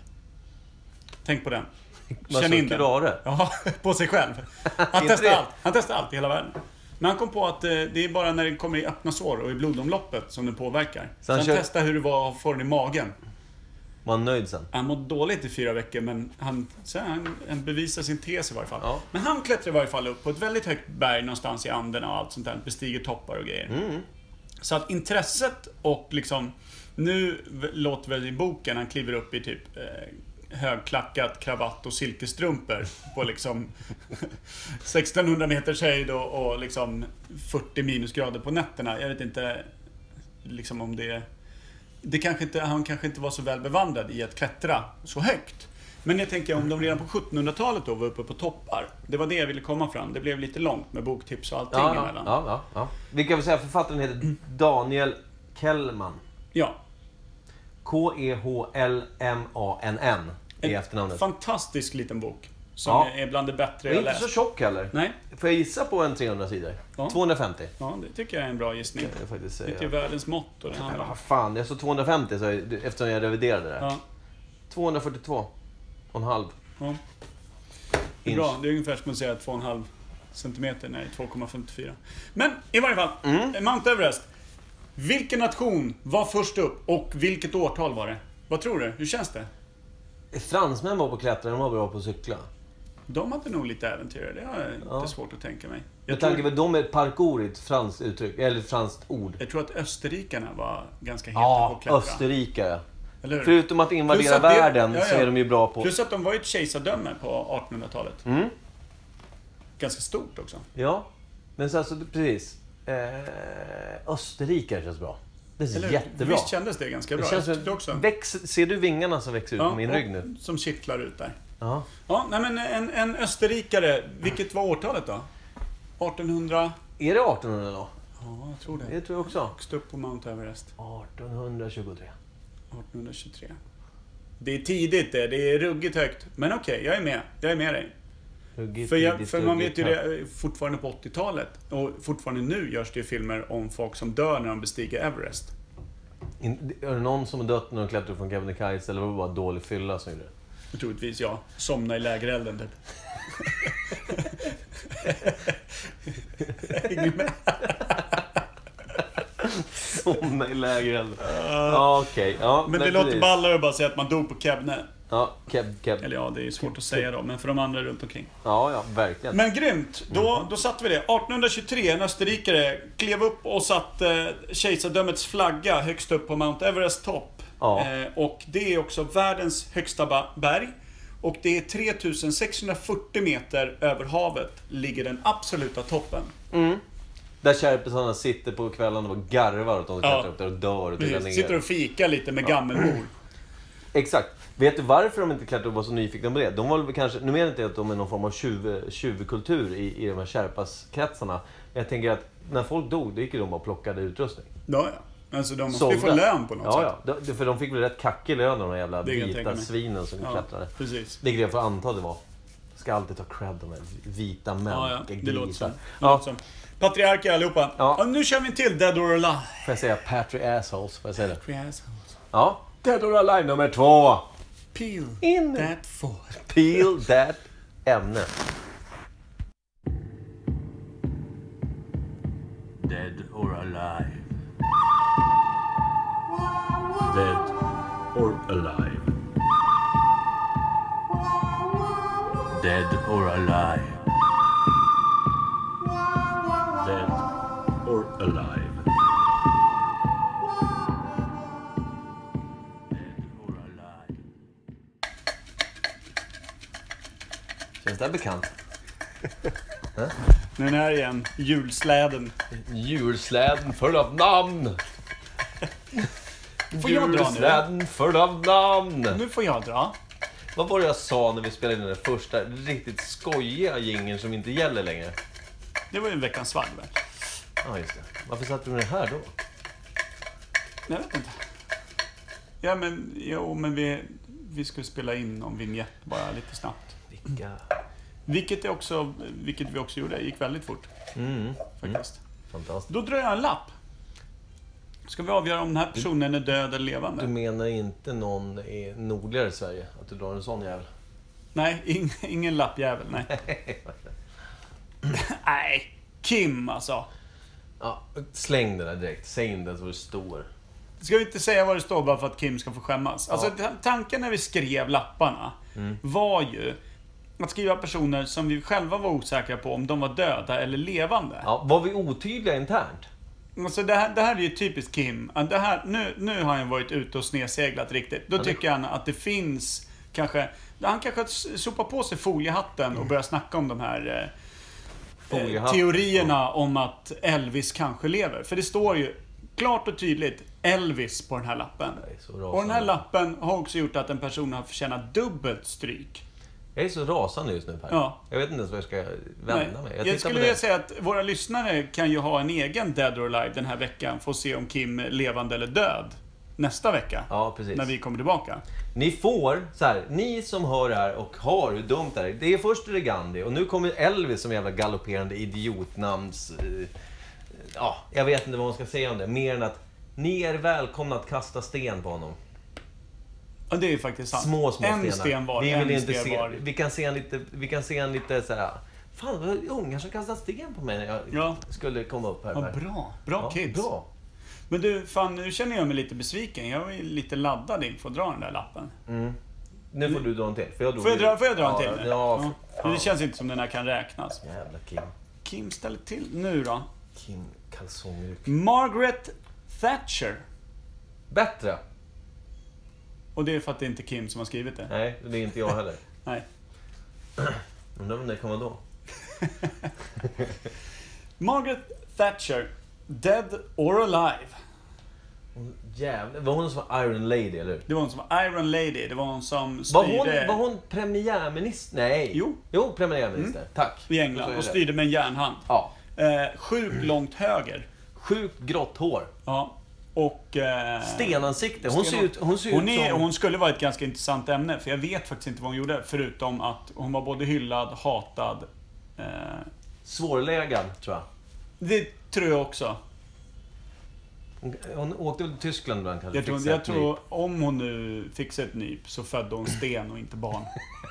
Tänk på den. Vad Känn sa in den. curare? Ja, på sig själv. Han Inte testar det? allt. Han testar allt i hela världen. Men han kom på att eh, det är bara när det kommer i öppna sår och i blodomloppet som det påverkar. Så, han han kör- testar hur det var att få den i magen. Var han nöjd sen? Han mådde dåligt i fyra veckor, men han, så han, han bevisar sin tes i varje fall. Ja. Men han klättrar i varje fall upp på ett väldigt högt berg någonstans i Anderna och allt sånt där. Bestiger toppar och grejer. Mm. Så att intresset och liksom... Nu v- låter väl i boken, han kliver upp i typ eh, högklackat kravatt och silkestrumpor på liksom sextonhundra meters höjd och, och liksom fyrtio minusgrader på nätterna. Jag vet inte liksom om det det kanske inte, han kanske inte var så väl bevandrad i att klättra så högt. Men jag tänker om de redan på sjuttonhundratalet då var uppe på toppar. Det var det jag ville komma fram. Det blev lite långt med boktips och allting Ja, emellan. ja, ja, ja. Vi kan väl säga att författaren heter Daniel Kellman. Ja. K E H L M A N N i En efternamnet. fantastisk liten bok. Som Ja. är bland det bättre Det är jag inte läst. så tjock heller. Nej. Får jag gissa på en trehundra sidor? Ja. tvåhundrafemtio. Ja, det tycker jag är en bra gissning. Kan jag faktiskt Det är säga. världens mått och det Ja, handlar om. vad fan, det är så tvåhundrafemtio så jag, eftersom jag reviderade det. Ja, tvåhundrafyrtiotvå och en halv. ja. Det är bra. Det är ungefär som att säga två komma fem centimeter. Nej, två komma femtiofyra. Men i varje fall, Mm. Mount Everest. Vilken nation var först upp och vilket årtal var det? Vad tror du? Hur känns det? Fransmän var på klättra, de var bra på att cykla. De hade nog lite äventyr. Det har jag Ja. inte svårt att tänka mig. Jag Jag tänker tror, att de är ett parkour i ett franskt uttryck, eller ett franskt ord. jag tror att österrikarna var ganska heta på Ja, att klättra. Österrike. Eller hur? Förutom att Plus invadera att det- världen ja, ja. så är de ju bra på... Plus att de var ju ett kejsardöme på artonhundratalet. Mm. Ganska stort också. Ja, men så alltså, precis. Eh, Österrike känns bra. Det känns Eller hur? jättebra. Visst kändes det ganska Det bra? känns Jag tyckte som, också. väx, ser du vingarna som växer ut på min och- rygg nu? Som kittlar ut där. Ja. Ja, nej men en, en österrikare. Vilket var årtalet då? artonhundra? Är det artonhundra då? Ja, jag tror det. Det tror jag också. Högst upp på Mount Everest. artonhundratjugotre. artonhundratjugotre. Det är tidigt det. Det är ruggigt högt. Men okej, jag är med. Jag är med dig. Ruggigt, För, jag, tidigt, för man ruggigt vet ju högt. det fortfarande på åttiotalet. Och fortfarande nu görs det ju filmer om folk som dör när de bestiger Everest. In, är det någon som har dött när de klättrar från Kebnekaise eller var det bara dålig fylla som gjorde det? Troligtvis jag. Somna i lägerelden typ. Hänger med? Somna i lägerelden. Ja, okej. Ja, Men det låter ballare att bara säga att man dog på Kebne. Ja, Keb, Keb. Eller ja, det är svårt att säga då, men för de andra runt omkring. Ja, ja, verkligen. Men grymt! Då, då satte vi det. artonhundratjugotre, en österrikare klev upp och satte eh, kejsardömets flagga högst upp på Mount Everest topp. Ja. Eh, och det är också världens högsta ba- berg. Och det är tre tusen sexhundrafyrtio meter över havet ligger den absoluta toppen. Mm. Där kärpisarna sitter på kvällen och garvar åt de som Ja. klättrar upp där och dör och trillar ner. Sitter och fikar lite med gammelmor. Exakt. Vet du varför de inte klättrade och var så nyfikna på det? De var väl kanske, nu menar jag inte att de är någon form av tjuv, tjuvkultur i, i de här kärpaskretsarna. Men jag tänker att när folk dog, då gick de bara och plockade utrustning. Ja, ja. Alltså de måste ju få Sålda. lön på något Ja, sätt. ja. De- För de fick väl rätt kackig lön av de jävla Det kan jag tänka vita mig. svinen som Ja, klättrade. precis. Det är jag får anta det var. Ska alltid ta cred de här vita män. Ja, ja. vilka Det låter grisar. som. Det Ja, låter som. Patriarker allihopa. Ja. Ja, nu kör vi en till Dead or Alive. får jag säga Patry Assholes? Får jag säga det? Three assholes. Ja. Dead or Alive nummer två. Peel In. that for. Peel that ämne. Dead or alive. Dead or alive. Dead or alive. Dead or alive. Dead or alive. Känns det här bekant? Nu är den här igen. Julsläden. Julsläden full av namn. Får jag dra nu? Julsläden full av namn. Nu får jag dra. Vad var det jag sa när vi spelade in den första riktigt skojiga jingeln som inte gäller längre? Det var ju en veckans svalg väl? Ja, just det. Varför satte du den här då? Jag vet inte. Ja men, jo, men vi, vi skulle spela in någon vignett bara lite snabbt. Vilka? Vilket, är också, vilket vi också gjorde. Det gick väldigt fort Mm. faktiskt. Fantastiskt. Då drar jag en lapp. Ska vi avgöra om den här personen är död eller Du levande? menar inte någon i nordligare Sverige? Att du drar en sån jävel? Nej, ing, ingen lappjävel, nej. Nej, Kim alltså. Ja, släng den där direkt. Säg inte ens vad det står. Ska vi inte säga vad det står bara för att Kim ska få skämmas? Alltså ta- tanken när vi skrev lapparna var ju att skriva personer som vi själva var osäkra på om de var döda eller levande. Ja, var vi otydliga internt? Alltså det här, det här är ju typiskt Kim. Att Det här, nu, nu har han varit ute och snedseglat riktigt. Då det- tycker han att det finns kanske... Han kanske sopar på sig foliehatten och börjar snacka om de här eh, Foliehatt. teorierna om att Elvis kanske lever. För det står ju klart och tydligt Elvis på den här lappen. Jag är så rasande. Och den här lappen har också gjort att en person har förtjänat dubbelt stryk. Jag är så rasande just nu, Per. Ja. Jag vet inte ens vad jag ska vända Nej. mig. Jag, tittar skulle på vilja det. säga att våra lyssnare kan ju ha en egen Dead or Alive den här veckan. Få se om Kim är levande eller död nästa vecka. Ja, precis. När vi kommer tillbaka. Ni får, så här, ni som hör det här och har hur dumt det är. Det är först Regandi och nu kommer Elvis som jävla galopperande idiotnamns... Eh, ja, jag vet inte vad man ska säga om det. Mer än att ni är välkomna att kasta sten på honom. Ja, det är faktiskt sant. Små, små en stenar. sten var. Vi en vill inte sten se, var. vi kan se en lite, vi kan se en lite så här. Fan, vad ungar som kastar sten på mig när jag Ja. skulle komma upp här. Ja, Per. bra. Bra Ja, kids. Bra. Men du, fan nu känner jag mig lite besviken. Jag är lite laddad inför att dra den där lappen. Mm. Nu får du dra en till. För jag drog Får jag ju- dra, får jag dra en till? Ja, nu? ja, Ja. för fan. Det känns inte som den här kan räknas. Jävla Kim. Kim ställer till nu då. Kim kalsongryck. Margaret Thatcher. Bättre. Och det är för att det är inte Kim som har skrivit det. Nej, det är inte jag heller. Nej. Undrar vem det kommer då. Margaret Thatcher. Dead or alive. Jävlar, var hon som var Iron Lady, eller hur? Det var hon som var Iron Lady. Det var hon som Var styrde hon, var hon premiärminister? Nej. Jo. Jo, premiärminister. Tack. i England Så är och det. styrde med en järnhand. Ja. Eh, sjukt långt höger. Sjukt grått hår. Ja. Och... Eh, Stenansikte. Hon ser ut, hon ser Hon, ut är, som... hon skulle vara ett ganska intressant ämne, för jag vet faktiskt inte vad hon gjorde, förutom att hon var både hyllad, hatad. Eh, Svårlägad, tror jag. det tror jag också. Hon, hon åkte väl till Tyskland ibland kanske. Jag tror, fixade jag ett tror nyp. om hon nu fixade ett nyp så födde hon sten och inte barn.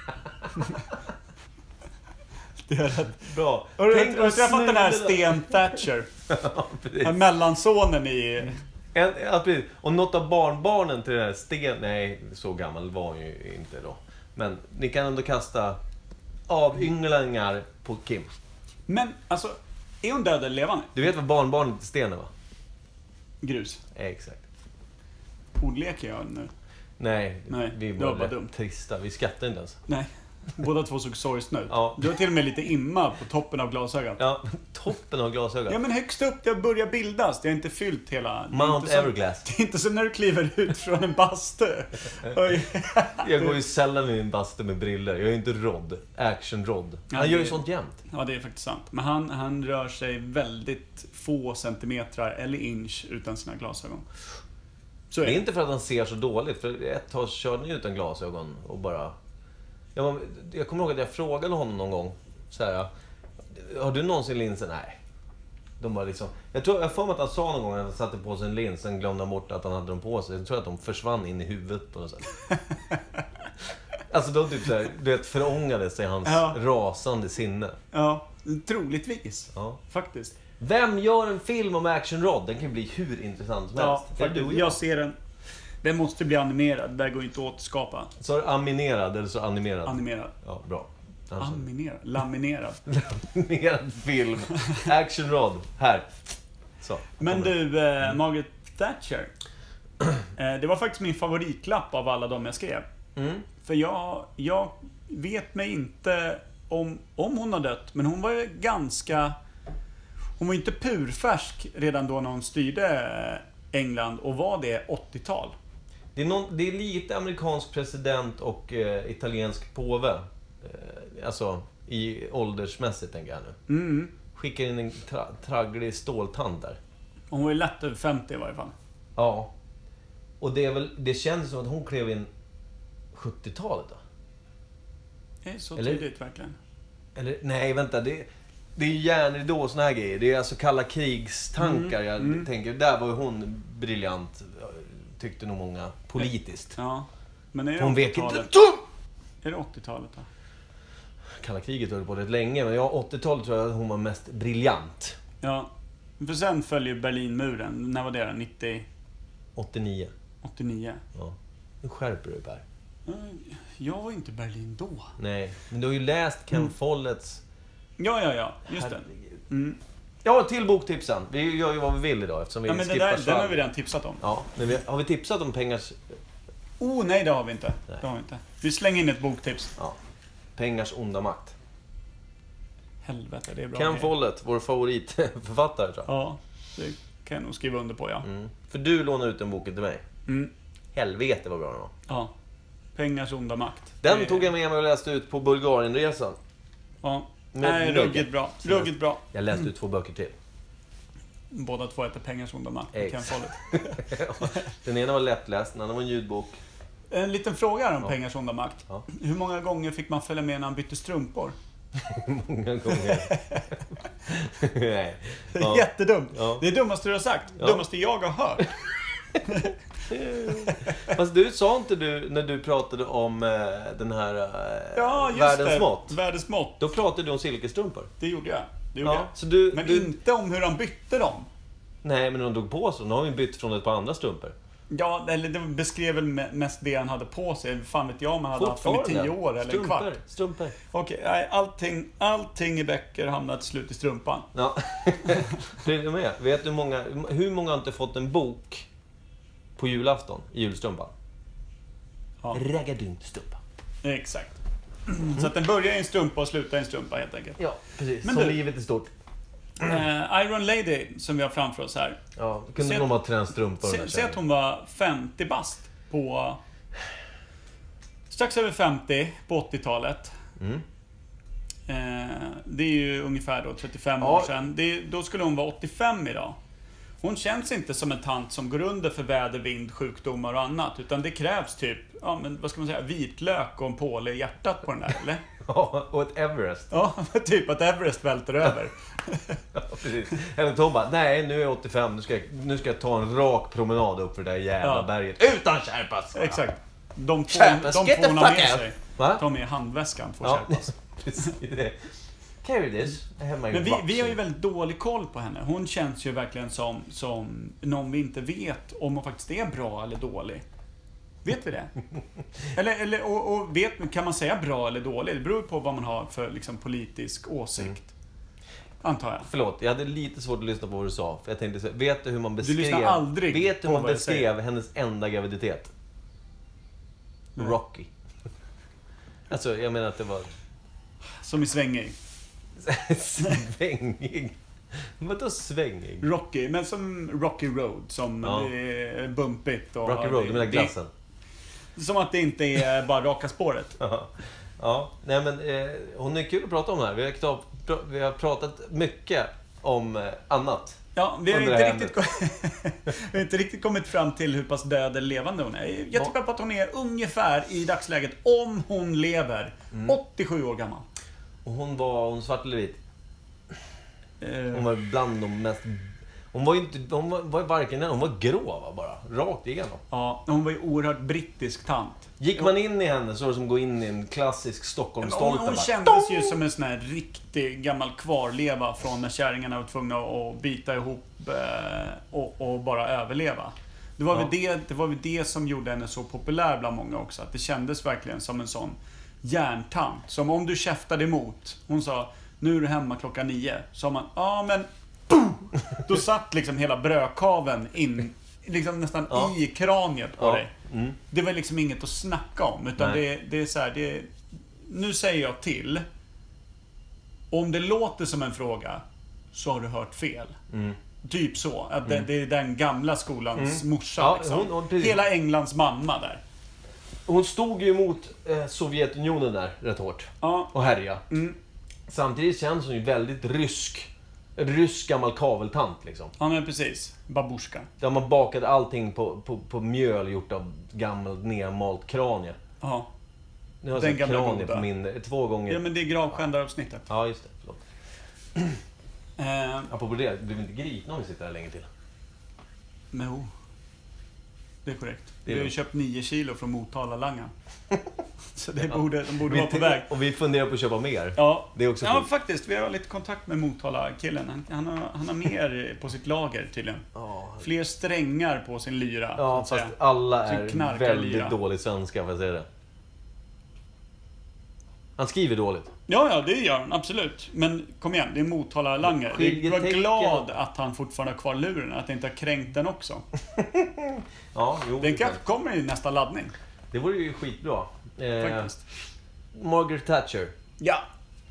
Det är rätt. Bra. Har du, Tänk har du vad träffat den här snurrig- Sten Thatcher? Ja, precis. Den mellansonen i... En, ja, precis. Och något av barnbarnen till den här Sten... Nej, så gammal var hon ju inte då. Men ni kan ändå kasta avynglingar på Kim. Men alltså, är hon död eller levande? Du vet vad barnbarnet till Sten är, va? Grus. Exakt. Ordleker jag nu? Nej, Nej, vi det var var bara rätt dumt. trista. Vi skrattar inte ens. Nej. Båda två såg sorgsna ut. Ja. Du har till och med lite imma på toppen av glasögat. Ja, toppen av glasögon. Ja, men högst upp, det börjar bildas. Det har inte fyllt hela... det är Mount inte som- Everglass. Det är inte som när du kliver ut från en bastu. Oj. Jag går ju sällan i en bastu med briller. Jag är ju inte Rod. Action Rod. Ja, Han gör ju det- sånt jämt. Ja, det är faktiskt sant. Men han, han rör sig väldigt få centimetrar eller inch utan sina glasögon. Så är Det är det. inte för att han ser så dåligt. För ett tag körde han utan glasögon och bara... Jag, var, jag kommer ihåg att jag frågade honom någon gång. Så här, har du någonsin linser? Nej. De bara liksom... Jag tror jag får mig att han sa någon gång att han satte på sig en lins. Sen glömde han bort att han hade dem på sig. Jag tror att de försvann in i huvudet på något sätt. Alltså de typ så här, du vet, förångades i hans Ja. rasande sinne. Ja, troligtvis. Ja. Faktiskt. Vem gör en film om Action Rod? Den kan bli hur intressant som Ja, helst. Det är du faktiskt. och Jag jag. ser den. Den måste bli animerad. Det där går inte att återskapa. Så är det aminerad eller så animerad? Animerad. Ja, bra. Alltså, Aminerad. Laminerad. animerad film. Action Rod. Här. Så. Men kommer det. du, eh, Margaret Thatcher. Eh, det var faktiskt min favoritlapp av alla de jag skrev. Mm. För jag, jag vet mig inte om, om hon har dött, men hon var ju ganska... Hon var ju inte purfärsk redan då när hon styrde England, och var det åttiotal. Det, är någon, det är lite amerikansk president och eh, italiensk påve. Eh, alltså, i åldersmässigt tänker jag nu. Mm. Skickar in en tra tragglig ståltant där. Hon var ju lätt över femtio i varje fall. Ja. Och det, är väl, det känns som att hon klev in sjuttiotalet då. Det är så Eller- tidigt verkligen. Eller, nej vänta, det, det är ju järnridå och såna här grejer. Det är alltså kalla krigstankar. Mm, Jag mm. tänker, där var ju hon briljant. Tyckte nog många politiskt. Ja. Men är det Hon vek inte åttiotalet? tum! Är det åttiotalet då? Kalla kriget höll på rätt länge, men ja, åttiotalet tror jag att hon var mest briljant. Ja. För sen följer Berlinmuren. När var det då? nittio? åttionio. åttionio? Ja. Nu skärper du dig, Per. Eh, Jag var inte i Berlin då. Nej, men du har ju läst Ken Mm. Follets... Ja, ja, ja. Just det. Herregud. Mm. Ja, till boktipsen. Vi gör ju vad vi vill idag eftersom vi Ja, men det skippar där, den har svalg. vi redan tipsat om. Ja, men vi, har vi tipsat om pengars... Oh, nej det har vi inte. Nej. Det har vi inte. Vi slänger in ett boktips. Ja. Pengars onda makt. Helvete, det är bra. Ken grejer. Follett, vår favoritförfattare tror jag. Ja, det kan jag nog skriva under på, ja. Mm. För du lånade ut den boken till mig. Mm. Helvete vad bra den var. Ja. Pengars onda makt. Den Det- tog jag med mig och läste ut på Bulgarienresan. Ja. Med- Nej, med- ruggigt bra. Ruggigt bra. Jag läste ut två böcker till. Båda två heter Pengars onda makt. Ex. Ken Follett. Den ena var lättläst, den andra var en ljudbok. En liten fråga här om Ja. Pengars onda makt. Ja. Hur många gånger fick man följa med när han bytte strumpor? Många gånger. Nej. Det är Ja. jättedumt. Ja. Det är dummaste du har sagt. Ja. Dummaste jag har hört. Fast du sa inte du, när du pratade om eh, den här eh, Ja, just världens det. mått. Världens mått. Då pratade du om silkesstrumpor. Det gjorde jag. Det gjorde Ja, jag. så du, Men du, inte om hur han bytte dem. Nej, men de drog på sig. Nu har vi bytt från ett par andra strumpor. Ja, eller det beskrev väl mest det han hade på sig. Fan vet jag om han hade haft dem i tio år eller en strumpor, kvart. Strumpor. Okej, nej, allting, allting i böcker hamnar till slut i strumpan. Ja. Det är du med. Vet du hur många, hur många har inte fått en bok på julafton i julstrumpan? Ja. Raggadunstrumpa. Exakt. Så att den börjar i en strumpa och slutar i en strumpa helt enkelt. Ja, precis. Men Som du- livet är stort. Eh, Iron Lady, som vi har framför oss här. Ja, kunde Se- de ha tränstrumpor? Se, se att hon var femtio bast på... Strax över femtio på åttiotalet. Mm. Eh, det är ju ungefär då trettiofem Ja. år sedan. Det, då skulle hon vara åttiofem idag. Hon känns inte som en tant som går under för väder, vind, sjukdomar och annat. Utan det krävs typ, ja men vad ska man säga, vitlök och en påle i hjärtat på den där, eller? Ja, och ett Everest. Ja, typ att Everest välter över. Ja, precis. Eller Tom bara, nej nu är jag åttiofem, nu ska jag, nu ska jag ta en rak promenad upp för det där jävla Ja. berget. Utan kärpas! Exakt. De två, Kärpas, de get två the hon har fuck med out. sig. Va? Ta med i handväskan, två Ja, kärpas. precis. Det. Carry this. I have my Men vi, box. vi har ju väldigt dålig koll på henne. Hon känns ju verkligen som, som någon vi inte vet om hon faktiskt är bra eller dålig. Vet vi det? Eller, eller och, och vet, kan man säga bra eller dålig? Det beror på vad man har för liksom, politisk åsikt. Mm. Antar jag. Förlåt, jag hade lite svårt att lyssna på vad du sa. För jag tänkte så här, vet du hur man beskrev... lyssnar aldrig vet du på hur man vad jag säger. beskrev hennes enda graviditet? Nej. Rocky. Alltså, jag menar att det var... Som i svängig. Svängig. Vadå svängig? Rocky, men som Rocky Road. Som Ja. det är bumpigt. Och Rocky Road, du menar glassen? Det, som att det inte är bara raka spåret. Ja. Ja, nej men eh, hon är kul att prata om det här. Vi har, klar, pr- vi har pratat mycket om eh, annat. Ja, vi har, Under inte det här riktigt, ko- vi har inte riktigt kommit fram till hur pass död eller levande hon är. Jag tippar på att hon är ungefär i dagsläget, om hon lever, Mm. åttiosju år gammal. Och hon var, hon svart eller vit? Eh, Hon var bland de mest... Hon var ju inte, hon var, var ju varken, hon var grå va, bara. Rakt igenom. Ja, hon var ju oerhört brittisk tant. Gick man in i henne så var det som att gå in i en klassisk Hon, Stockholmsstolpe. hon bara. kändes ju som en sån här riktig gammal kvarleva från när kärringarna var tvungna att bita ihop eh, och, och bara överleva. Det var, Ja. väl det, det var väl det som gjorde henne så populär bland många också. Att det kändes verkligen som en sån järntant. Som om du käftade emot. Hon sa, nu är du hemma klockan nio. Så sa man, ja men... Då satt liksom hela brödkaven in, liksom nästan Ja. i kraniet på Ja. dig. Mm. Det var liksom inget att snacka om. Utan Nej. det, det är så här, det, nu säger jag till. Om det låter som en fråga, så har du hört fel. Mm. Typ så. Att det, det är den gamla skolans Mm. morsa. Ja, liksom. hon- hon- precis. Hela Englands mamma där. Hon stod ju emot eh, Sovjetunionen där rätt hårt. Ja. Och härja. Mm. Samtidigt känns hon ju väldigt rysk. En rysk gammal kaveltant liksom. Ja men precis. Babushka. Där man bakade allting på, på, på mjöl gjort av gammalt nermalt kranie. Ja. Nu har jag Den sagt gamla kranie goda. på min... Två gånger. Ja men det är gravskändaravsnittet. Ja, just det. Förlåt. Eh, Apropå det, blir vi inte gripna om vi sitter här länge till? men jo. Det är korrekt. Det är Vi har ju det. köpt nio kilo från Motala-langan. Så det borde, de borde Vi vara på t- väg. Och vi funderar på att köpa mer. Ja, Det är också ja sjukt. faktiskt. Vi har lite kontakt med Motala-killen. Han, han, har, han har mer på sitt lager tydligen. Ja, Fler strängar på sin lyra. så ja att fast säga. alla Så är knarkar väldigt lyra. dålig svenska, får jag säga det. Han skriver dåligt. Ja, ja, det gör han. Absolut. Men kom igen, det är Motala-langer. Jag var Skiljetecken. glad att han fortfarande har kvar luren. Att det inte har kränkt den också. Ja, jo. Den kanske kommer i nästa laddning. Det vore ju skitbra. Eh, Faktiskt. Margaret Thatcher. Ja.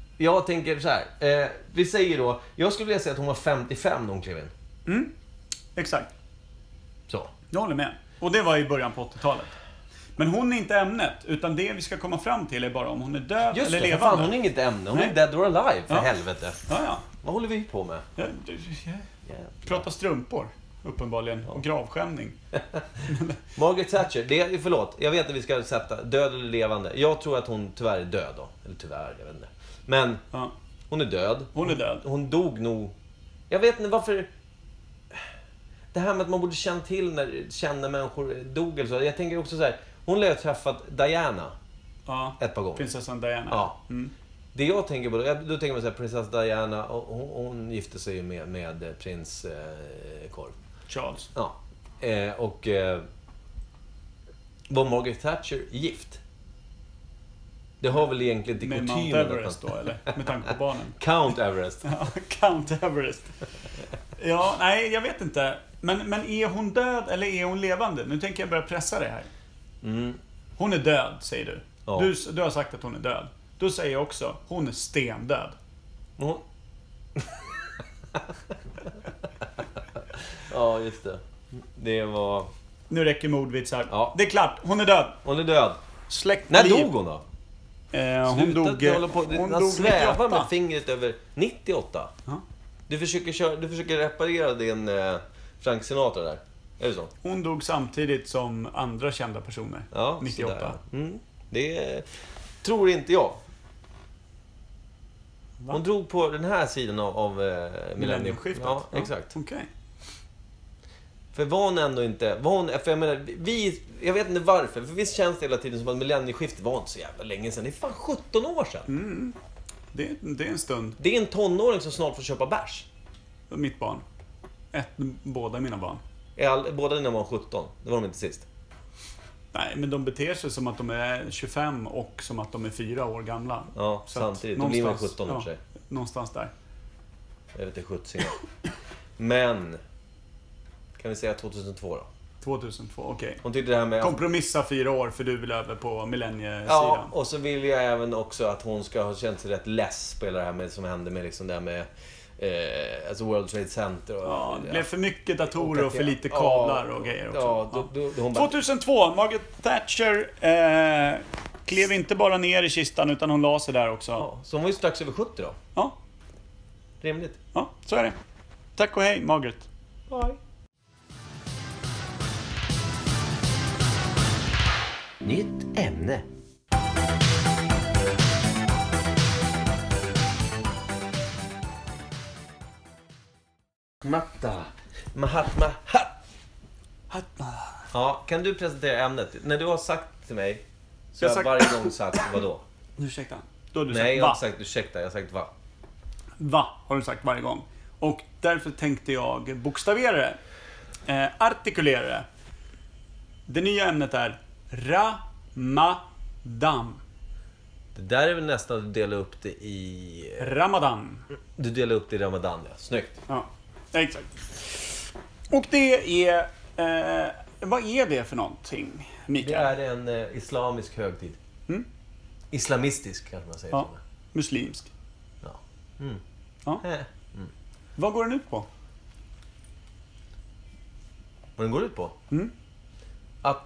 Jag tänker så här. Eh, vi säger då, jag skulle vilja säga att hon var femtiofem när hon klev in. Mm. Exakt. Så. Jag håller med. Och det var i början på åttiotalet. Men hon är inte ämnet, utan det vi ska komma fram till är bara om hon är död Just eller det, för levande. fan, hon är inget ämne. Hon Nej. är dead or alive, för Ja. helvete. Ja, ja. Vad håller vi på med? Jag, jag, jag Yeah. pratar strumpor, uppenbarligen. Och gravskämning. Margaret Thatcher, det är, förlåt, jag vet att vi ska sätta död eller levande. Jag tror att hon tyvärr är död då. Eller tyvärr, jag vet inte. Men Ja. hon är död. Hon är död. Hon dog nog... Jag vet inte varför... Det här med att man borde känna till när kända människor dog eller så. Jag tänker också så här. Hon lär ha träffat Diana Ja. ett par gånger. Prinsessan Diana. Ja. Mm. Det jag tänker på, då, då tänker man så här, prinsessa Diana, och hon, hon gifte sig ju med, med prins eh, Korv. Charles. Ja. Eh, och eh, var Margaret Thatcher gift? Det har väl egentligen inte Med Mount kutymen. Everest då, eller? Med tanke på barnen. Count Everest. Ja, Count Everest. Ja, nej, jag vet inte. Men, men är hon död eller är hon levande? Nu tänker jag börja pressa det här. Mm. Hon är död, säger du. Ja. du. Du har sagt att hon är död. Då säger jag också, hon är stendöd. Hon... ja, just det. Det var... Nu räcker mordvitsar. Ja. Det är klart, hon är död. Hon är död. Släkt När liv. dog hon då? Eh, hon Sluta dog... inte hålla på. Hon Han dog svävar nittioåtta. med fingret över nittioåtta. Ja. Du försöker, köra, du försöker reparera din eh, Frank Sinatra där. Är det så? Hon dog samtidigt som andra kända personer. Ja, nittioåtta. sådär. Mm. Det eh, tror inte jag. Va? Hon drog på den här sidan av, av eh, Millenniumskiftet. Ja, exakt. Okej. För var hon ändå inte... Var hon, för jag menar, vi... Jag vet inte varför. För visst känns det hela tiden som att millennieskiftet var inte så jävla länge sedan. Det är fan sjutton år sedan. Mm. Det, det är en stund. Det är en tonåring som snart får köpa bärs. Mitt barn. Ett, båda mina barn. Är all, båda dina var sjutton. Det var de inte sist. Nej, men de beter sig som att de är tjugofem och som att de är fyra år gamla. Ja, Så att samtidigt. De blir väl någonstans- sjutton i och för ja, sig. Någonstans där. Jag vet inte, sjutton. Men... Kan vi säga tjugohundratvå då? tvåtusentvå, okej. Hon tyckte det här med... Kompromissa fyra år för du vill över på millenniesidan. Ja, och så vill jag även också att hon ska ha känt sig rätt less på det här med, som hände med liksom det här med eh, alltså World Trade Center. Och, Ja, det blev för mycket datorer och för lite Ja, kablar och grejer också. Ja, då, då, då hon bara, tjugohundratvå, Margaret Thatcher eh, klev inte bara ner i kistan utan hon la sig där också. ja, så hon var ju strax över sjuttio då. Ja, Rimligt. ja, så är det. Tack och hej, Margaret. Bye. Nytt ämne. Matta. Mahatma Hat. Ja, kan du presentera ämnet? När du har sagt till mig så Jag har jag sagt- varje gång sagt vadå? Ursäkta. Då har du Nej, sagt jag har va. inte sagt ursäkta, jag har sagt va. Va, har du sagt varje gång. Och därför tänkte jag bokstavera det. Eh, artikulera det. Det nya ämnet är Ramadan. Det där är väl nästan att du delar upp det i... Ramadan. Du delar upp det i Ramadan, ja. Snyggt. Ja, exakt. Och det är... Eh, vad är det för någonting, Det Mikael? är en eh, islamisk högtid. Mm. Islamistisk kanske man säger. Ja, så. muslimsk. Ja. Mm. Ja. Eh. Vad går den ut på? Vad den går ut på? Mm. Att...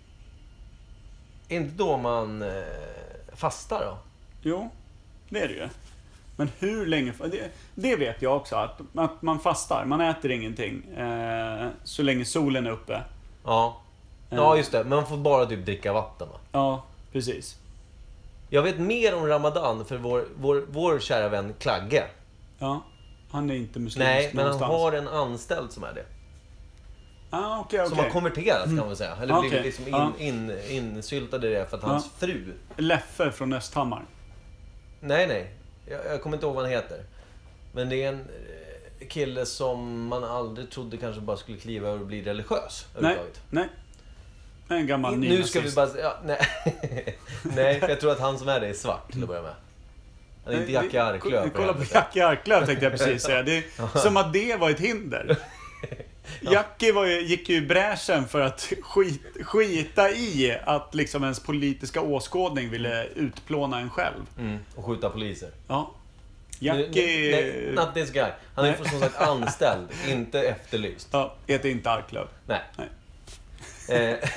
Inte då man eh, fastar då? Jo, det är det ju. Men hur länge... Det, det vet jag också, att, att man fastar. Man äter ingenting eh, så länge solen är uppe. Ja. Ja, just det. Men man får bara typ dricka vatten, va? Ja, precis. Jag vet mer om Ramadan för vår, vår, vår kära vän Klagge. Ja, han är inte muslimsk Nej, men han någonstans. har en anställd som är det. Ah, okej, okej. Som har konverterat, kan man säga. Eller Ah, blivit okej. liksom in, Ja. in, insyltad i det för att hans fru... Leffe från Östhammar. Nej, nej. Jag, jag kommer inte ihåg vad han heter. Men det är en eh, kille som man aldrig trodde kanske bara skulle kliva över och bli religiös. Nej, överhuvudtaget. nej. En gammal Nu ska vi nynazist. bara... Ja, nej. nej, för jag tror att han som är det är svart till att börja med. Han är inte Jackie Arklöv. Kolla på Jackie Arklöv tänkte jag precis säga. Det är som att det var ett hinder. Jackie var ju, gick ju i bräschen för att skit, skita i att liksom ens politiska åskådning ville utplåna en själv. Mm, och skjuta poliser. Ja. Jackie... Nej, not this guy. Han är som sagt anställd, inte efterlyst. Ja, heter inte Arklöv. Nej. Nej. Eh,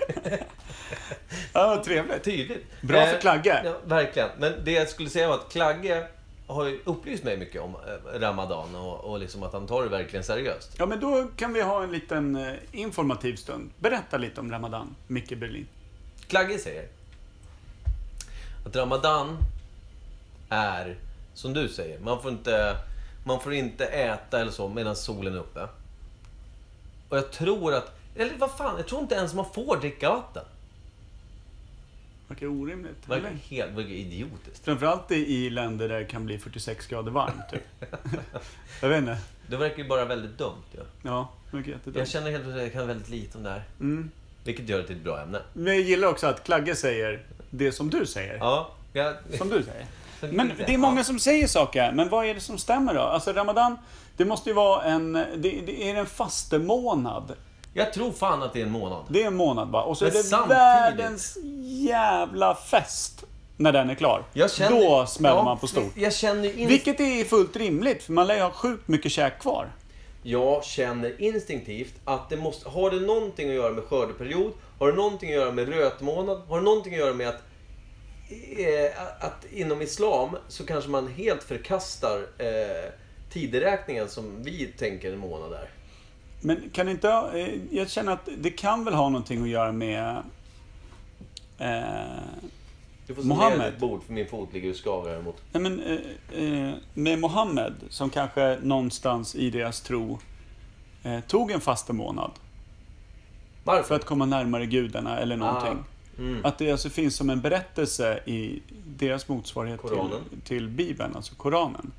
Ja, trevligt. Tydligt. Bra för Klagge. Ja, verkligen. Men det jag skulle säga var att Klagge har ju upplyst mig mycket om eh, Ramadan och, och liksom att han tar det verkligen seriöst. Ja, men då kan vi ha en liten eh, informativ stund. Berätta lite om Ramadan, Micke Berlin. Klagge säger att Ramadan är, som du säger, man får inte, man får inte äta eller så medan solen är uppe. Och jag tror att, eller vad fan, jag tror inte ens man får dricka vatten. Verkar orimligt. Det verkar eller? helt verkar idiotiskt. Framförallt i länder där det kan bli fyrtiosex grader varmt, typ. Jag vet inte. Det verkar ju bara väldigt dumt. Ja. Ja, mycket jättedumt. Jag känner helt att jag kan väldigt lite om det här. Mm. Vilket gör det till ett bra ämne. Men jag gillar också att Klagge säger det som du säger. Ja, jag... Som du säger. Men det är många som säger saker, men vad är det som stämmer då? Alltså Ramadan, det måste ju vara en, det, det är en fastemånad. Jag tror fan att det är en månad. Det är en månad bara. Och så Men är det samtidigt- världens jävla fest när den är klar. Jag känner- Då smäller Ja, man på stort. Jag känner in... Vilket är fullt rimligt, för man lär ju ha sjukt mycket käk kvar. Jag känner instinktivt att det måste... Har det någonting att göra med skördeperiod? Har det någonting att göra med rötmånad? Har det någonting att göra med att... Eh, att inom islam så kanske man helt förkastar eh, tideräkningen som vi tänker en månad är. Men kan inte... eh, Jag känner att det kan väl ha någonting att göra med... Eh, Du får slå ner Mohammed. ditt bord för min fot ligger och skaver här mot. nej men, eh, eh, med Mohammed, som kanske någonstans i deras tro eh, tog en fastemånad Varför? för att komma närmare gudarna eller någonting. Ah, mm. Att det alltså finns som en berättelse i deras motsvarighet till, Koranen. till Bibeln, alltså Koranen.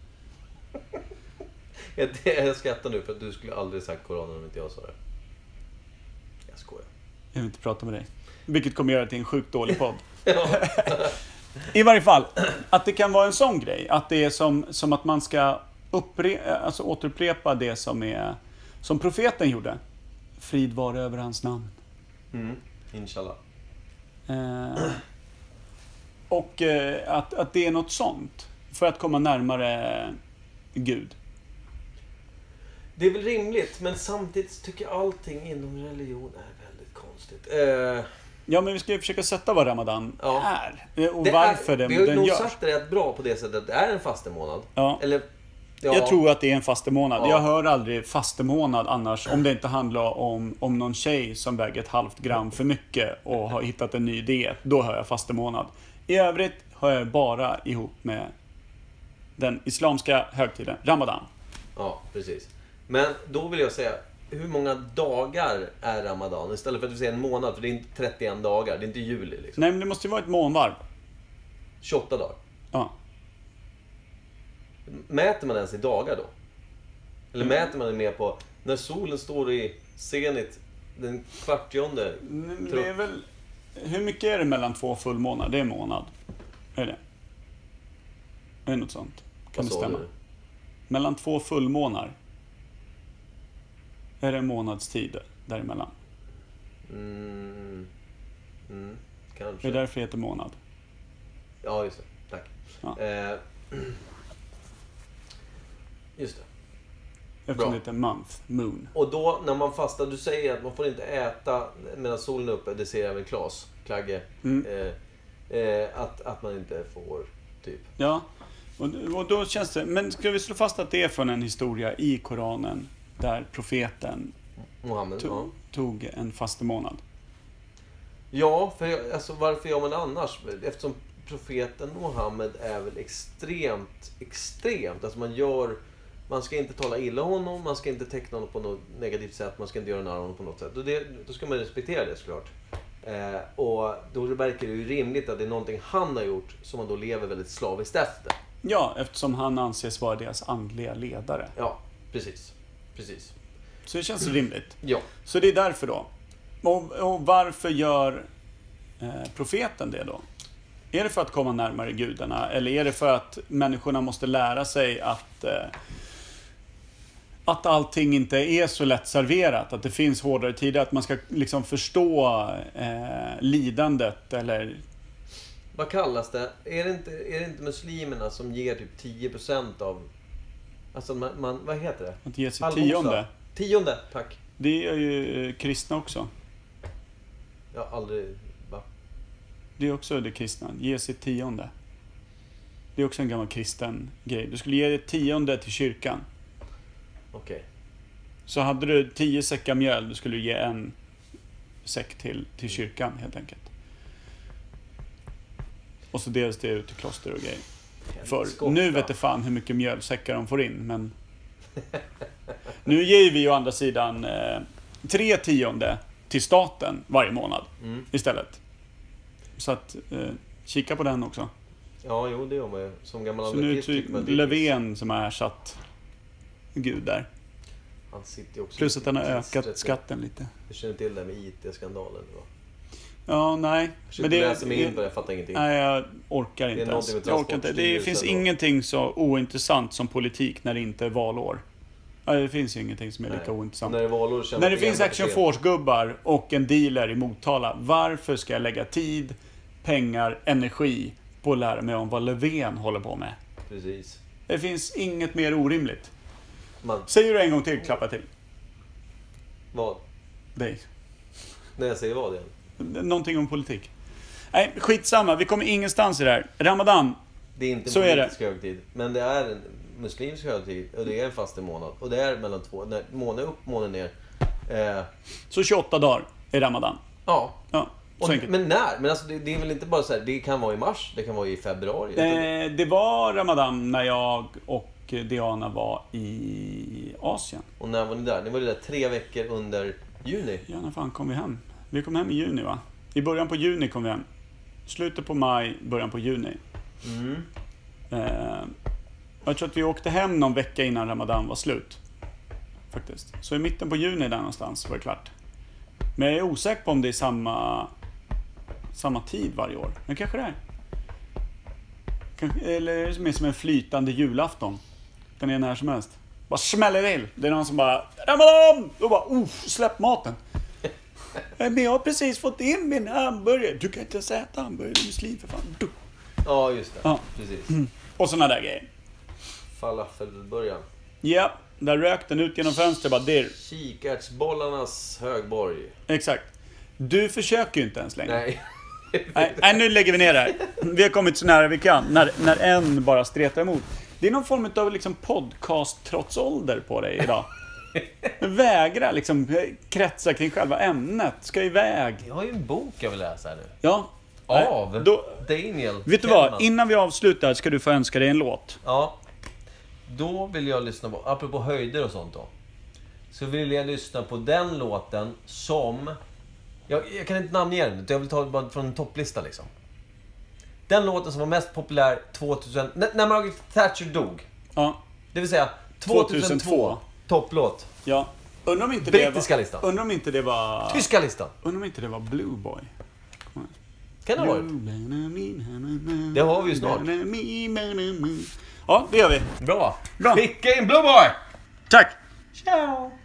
Jag, jag skrattar nu för att du skulle aldrig sagt Koranen om inte jag sa det. Jag skojar. Jag vill inte prata med dig. Vilket kommer göra till en sjukt dålig podd. Ja. I varje fall, att det kan vara en sån grej. Att det är som, som att man ska uppre, alltså återupprepa det som är som profeten gjorde. Frid vare över hans namn. Mm. Inshallah. Eh, och eh, att, att det är något sånt. För att komma närmare Gud. Det är väl rimligt, men samtidigt tycker jag allting inom religion är väldigt konstigt. Eh, Ja, men vi ska ju försöka sätta vad Ramadan Ja. är. eh, Och det varför är, den, vi har den nog görs. sagt det rätt bra på det sättet att det är en fastemånad. Ja. Eller, ja, Jag tror att det är en fastemånad. Ja. Jag hör aldrig fastemånad annars om det inte handlar om, om någon tjej som väger ett halvt gram för mycket och har hittat en ny diet. Då hör jag fastemånad. I övrigt hör jag bara ihop med den islamska högtiden, Ramadan. Ja, precis. Men då vill jag säga, hur många dagar är Ramadan? Istället för att vi säger en månad, för det är inte trettioen dagar, det är inte juli liksom. Nej, men det måste ju vara ett månvarv. tjugoåtta dagar. Ja. Mäter man ens i dagar då? Eller Mm. mäter man det mer på när solen står i zenit den kvartionde? Men Det är väl... Hur mycket är det mellan två fullmånar? Det är en månad. Är det? Är det något sånt? Kan det Vad sa stämma? du? Mellan två fullmånar är det en månads tid däremellan. Mm. Mm. Det Kanske. är därför det heter månad. Ja, just det. Tack. Ja. Eh, just det. Eftersom Bra. det heter month, moon. Och då när man fastar, du säger att man får inte äta medan solen är uppe, det ser även Klas, Klagge, Mm. eh, eh, att, att man inte får, typ. Ja, och, och då känns det... Men ska vi slå fast att det är från en historia i Koranen där profeten Mohammed, ja. tog, tog en fastemånad? Ja, för jag, alltså, varför gör man annars? Eftersom profeten Mohammed är väl extremt, extremt, alltså man gör... Man ska inte tala illa om honom, man ska inte teckna honom på något negativt sätt, man ska inte göra narr av honom på något sätt. Och det, då ska man respektera det såklart. Eh, och då verkar det ju rimligt att det är någonting han har gjort som man då lever väldigt slaviskt efter. Ja, eftersom han anses vara deras andliga ledare. Ja, precis. Precis. Så det känns rimligt. Ja. Så det är därför då. Och, och varför gör eh, profeten det då? Är det för att komma närmare gudarna? Eller är det för att människorna måste lära sig att eh, att allting inte är så lätt serverat? Att det finns hårdare tider? Att man ska liksom förstå eh, lidandet eller Vad kallas det? Är det inte, är det inte muslimerna som ger typ tio procent av... Alltså man, man, vad heter det? Att ge sig Allmosa. tionde. Tionde, tack. Det är ju kristna också. Jag har aldrig... Va? Det är också det kristna. Ge sig tionde. Det är också en gammal kristen grej. Du skulle ge dig tionde till kyrkan. Okej. Okay. Så hade du tio säckar mjöl, då skulle du ge en säck till, till kyrkan helt enkelt. Och så delas det ut till kloster och grejer. För Skotta. nu vet jag fan hur mycket mjölsäckar de får in, men... Nu ger vi ju å andra sidan eh, tre tionde till staten varje månad Mm. istället. Så att, eh, kika på den också. Ja, jo, det gör man ju. Som gammal Så nu är anarkist det tycker man typ det är Löfven som har ersatt Gud där. Han sitter ju också... Plus att han har lite ökat stressad. skatten lite. Du känner till det med I T-skandalen? Va? Ja, nej. Jag försöker läsa mig in på det, jag fattar ingenting. Nej, jag orkar är inte ens. någonting med Jag orkar inte. Det Transportstyrelsen finns då. ingenting så ointressant som politik när det inte är valår. Ja, det finns ju ingenting som är lika Nej. ointressant. När det är valår känner När det man finns igen Action på Force-gubbar och en dealer i Motala, varför ska jag lägga tid, pengar, energi på att lära mig om vad Löfven håller på med? Precis. Det finns inget mer orimligt. Man, Säger du en gång till, klappa till. vad? Dig. När jag säger vad igen? Någonting om politik. Nej, skitsamma. Vi kommer ingenstans i det här. Ramadan. Det är inte en Så är det. politisk högtid. Men det är en muslimsk högtid. Och det är en fast månad. Och det är mellan två. När månen upp, månen ner. Eh, Så tjugoåtta dagar är Ramadan. ja. Ja, så Och, enkelt. men när? Men alltså det, det är väl inte bara så här. Det kan vara i mars. Det kan vara i februari. Eh, det var Ramadan när jag och Diana var i Asien. Och när var ni där? Ni var där tre veckor under juni. Ja, när fan kom vi hem? Vi kom hem i juni, va? I början på juni kom vi hem. Slutet på maj, början på juni. Mm. Eh, jag tror att vi åkte hem någon vecka innan Ramadan var slut. Faktiskt. Så i mitten på juni där någonstans var det klart. Men jag är osäker på om det är samma, samma tid varje år. Men kanske det är. Kanske, eller är det mer som en flytande julafton? Kan det är när som helst. Bara smäller till. Det är någon som bara Ramadan! Då bara, oh, släpp maten. Men jag har precis fått in min hamburgare. Du kan inte ens äta hamburgare, du är muslim för fan. Du. Ja, just det. Ja. Precis. Och såna där grejer. Falafelbörjan. Ja, där rök den ut genom fönstret bara dirr. Kikärtsbollarnas högborg. Exakt. Du försöker ju inte ens längre. Nej. Nej, nej, nu lägger vi ner det här. Vi har kommit så nära vi kan. När, när en bara stretar emot. Det är någon form av liksom podcast-trotsålder på dig idag. Vägra liksom kretsa kring själva ämnet. Ska iväg. Jag har ju en bok jag vill läsa här nu. Ja. Av Nej, då, Daniel vet du Kellman. vad? Innan vi avslutar ska du få önska dig en låt. Ja. Då vill jag lyssna på, apropå höjder och sånt då. Så vill jag lyssna på den låten som... Jag, jag kan inte namnge den, utan jag vill ta det bara från en topplista liksom. Den låten som var mest populär tvåtusen... När, när Margaret Thatcher dog. Ja. Det vill säga tvåtusentvå. Topplåt. Ja. Undrar om inte Brittiska det var... listan. Undrar om inte det var... Tyska listan. Undrar om inte det var Blue Boy. Kan det ha varit? Det har vi ju snart. Ja, det gör vi. Bra. Bra. Skicka in Blue Boy! Tack! Ciao!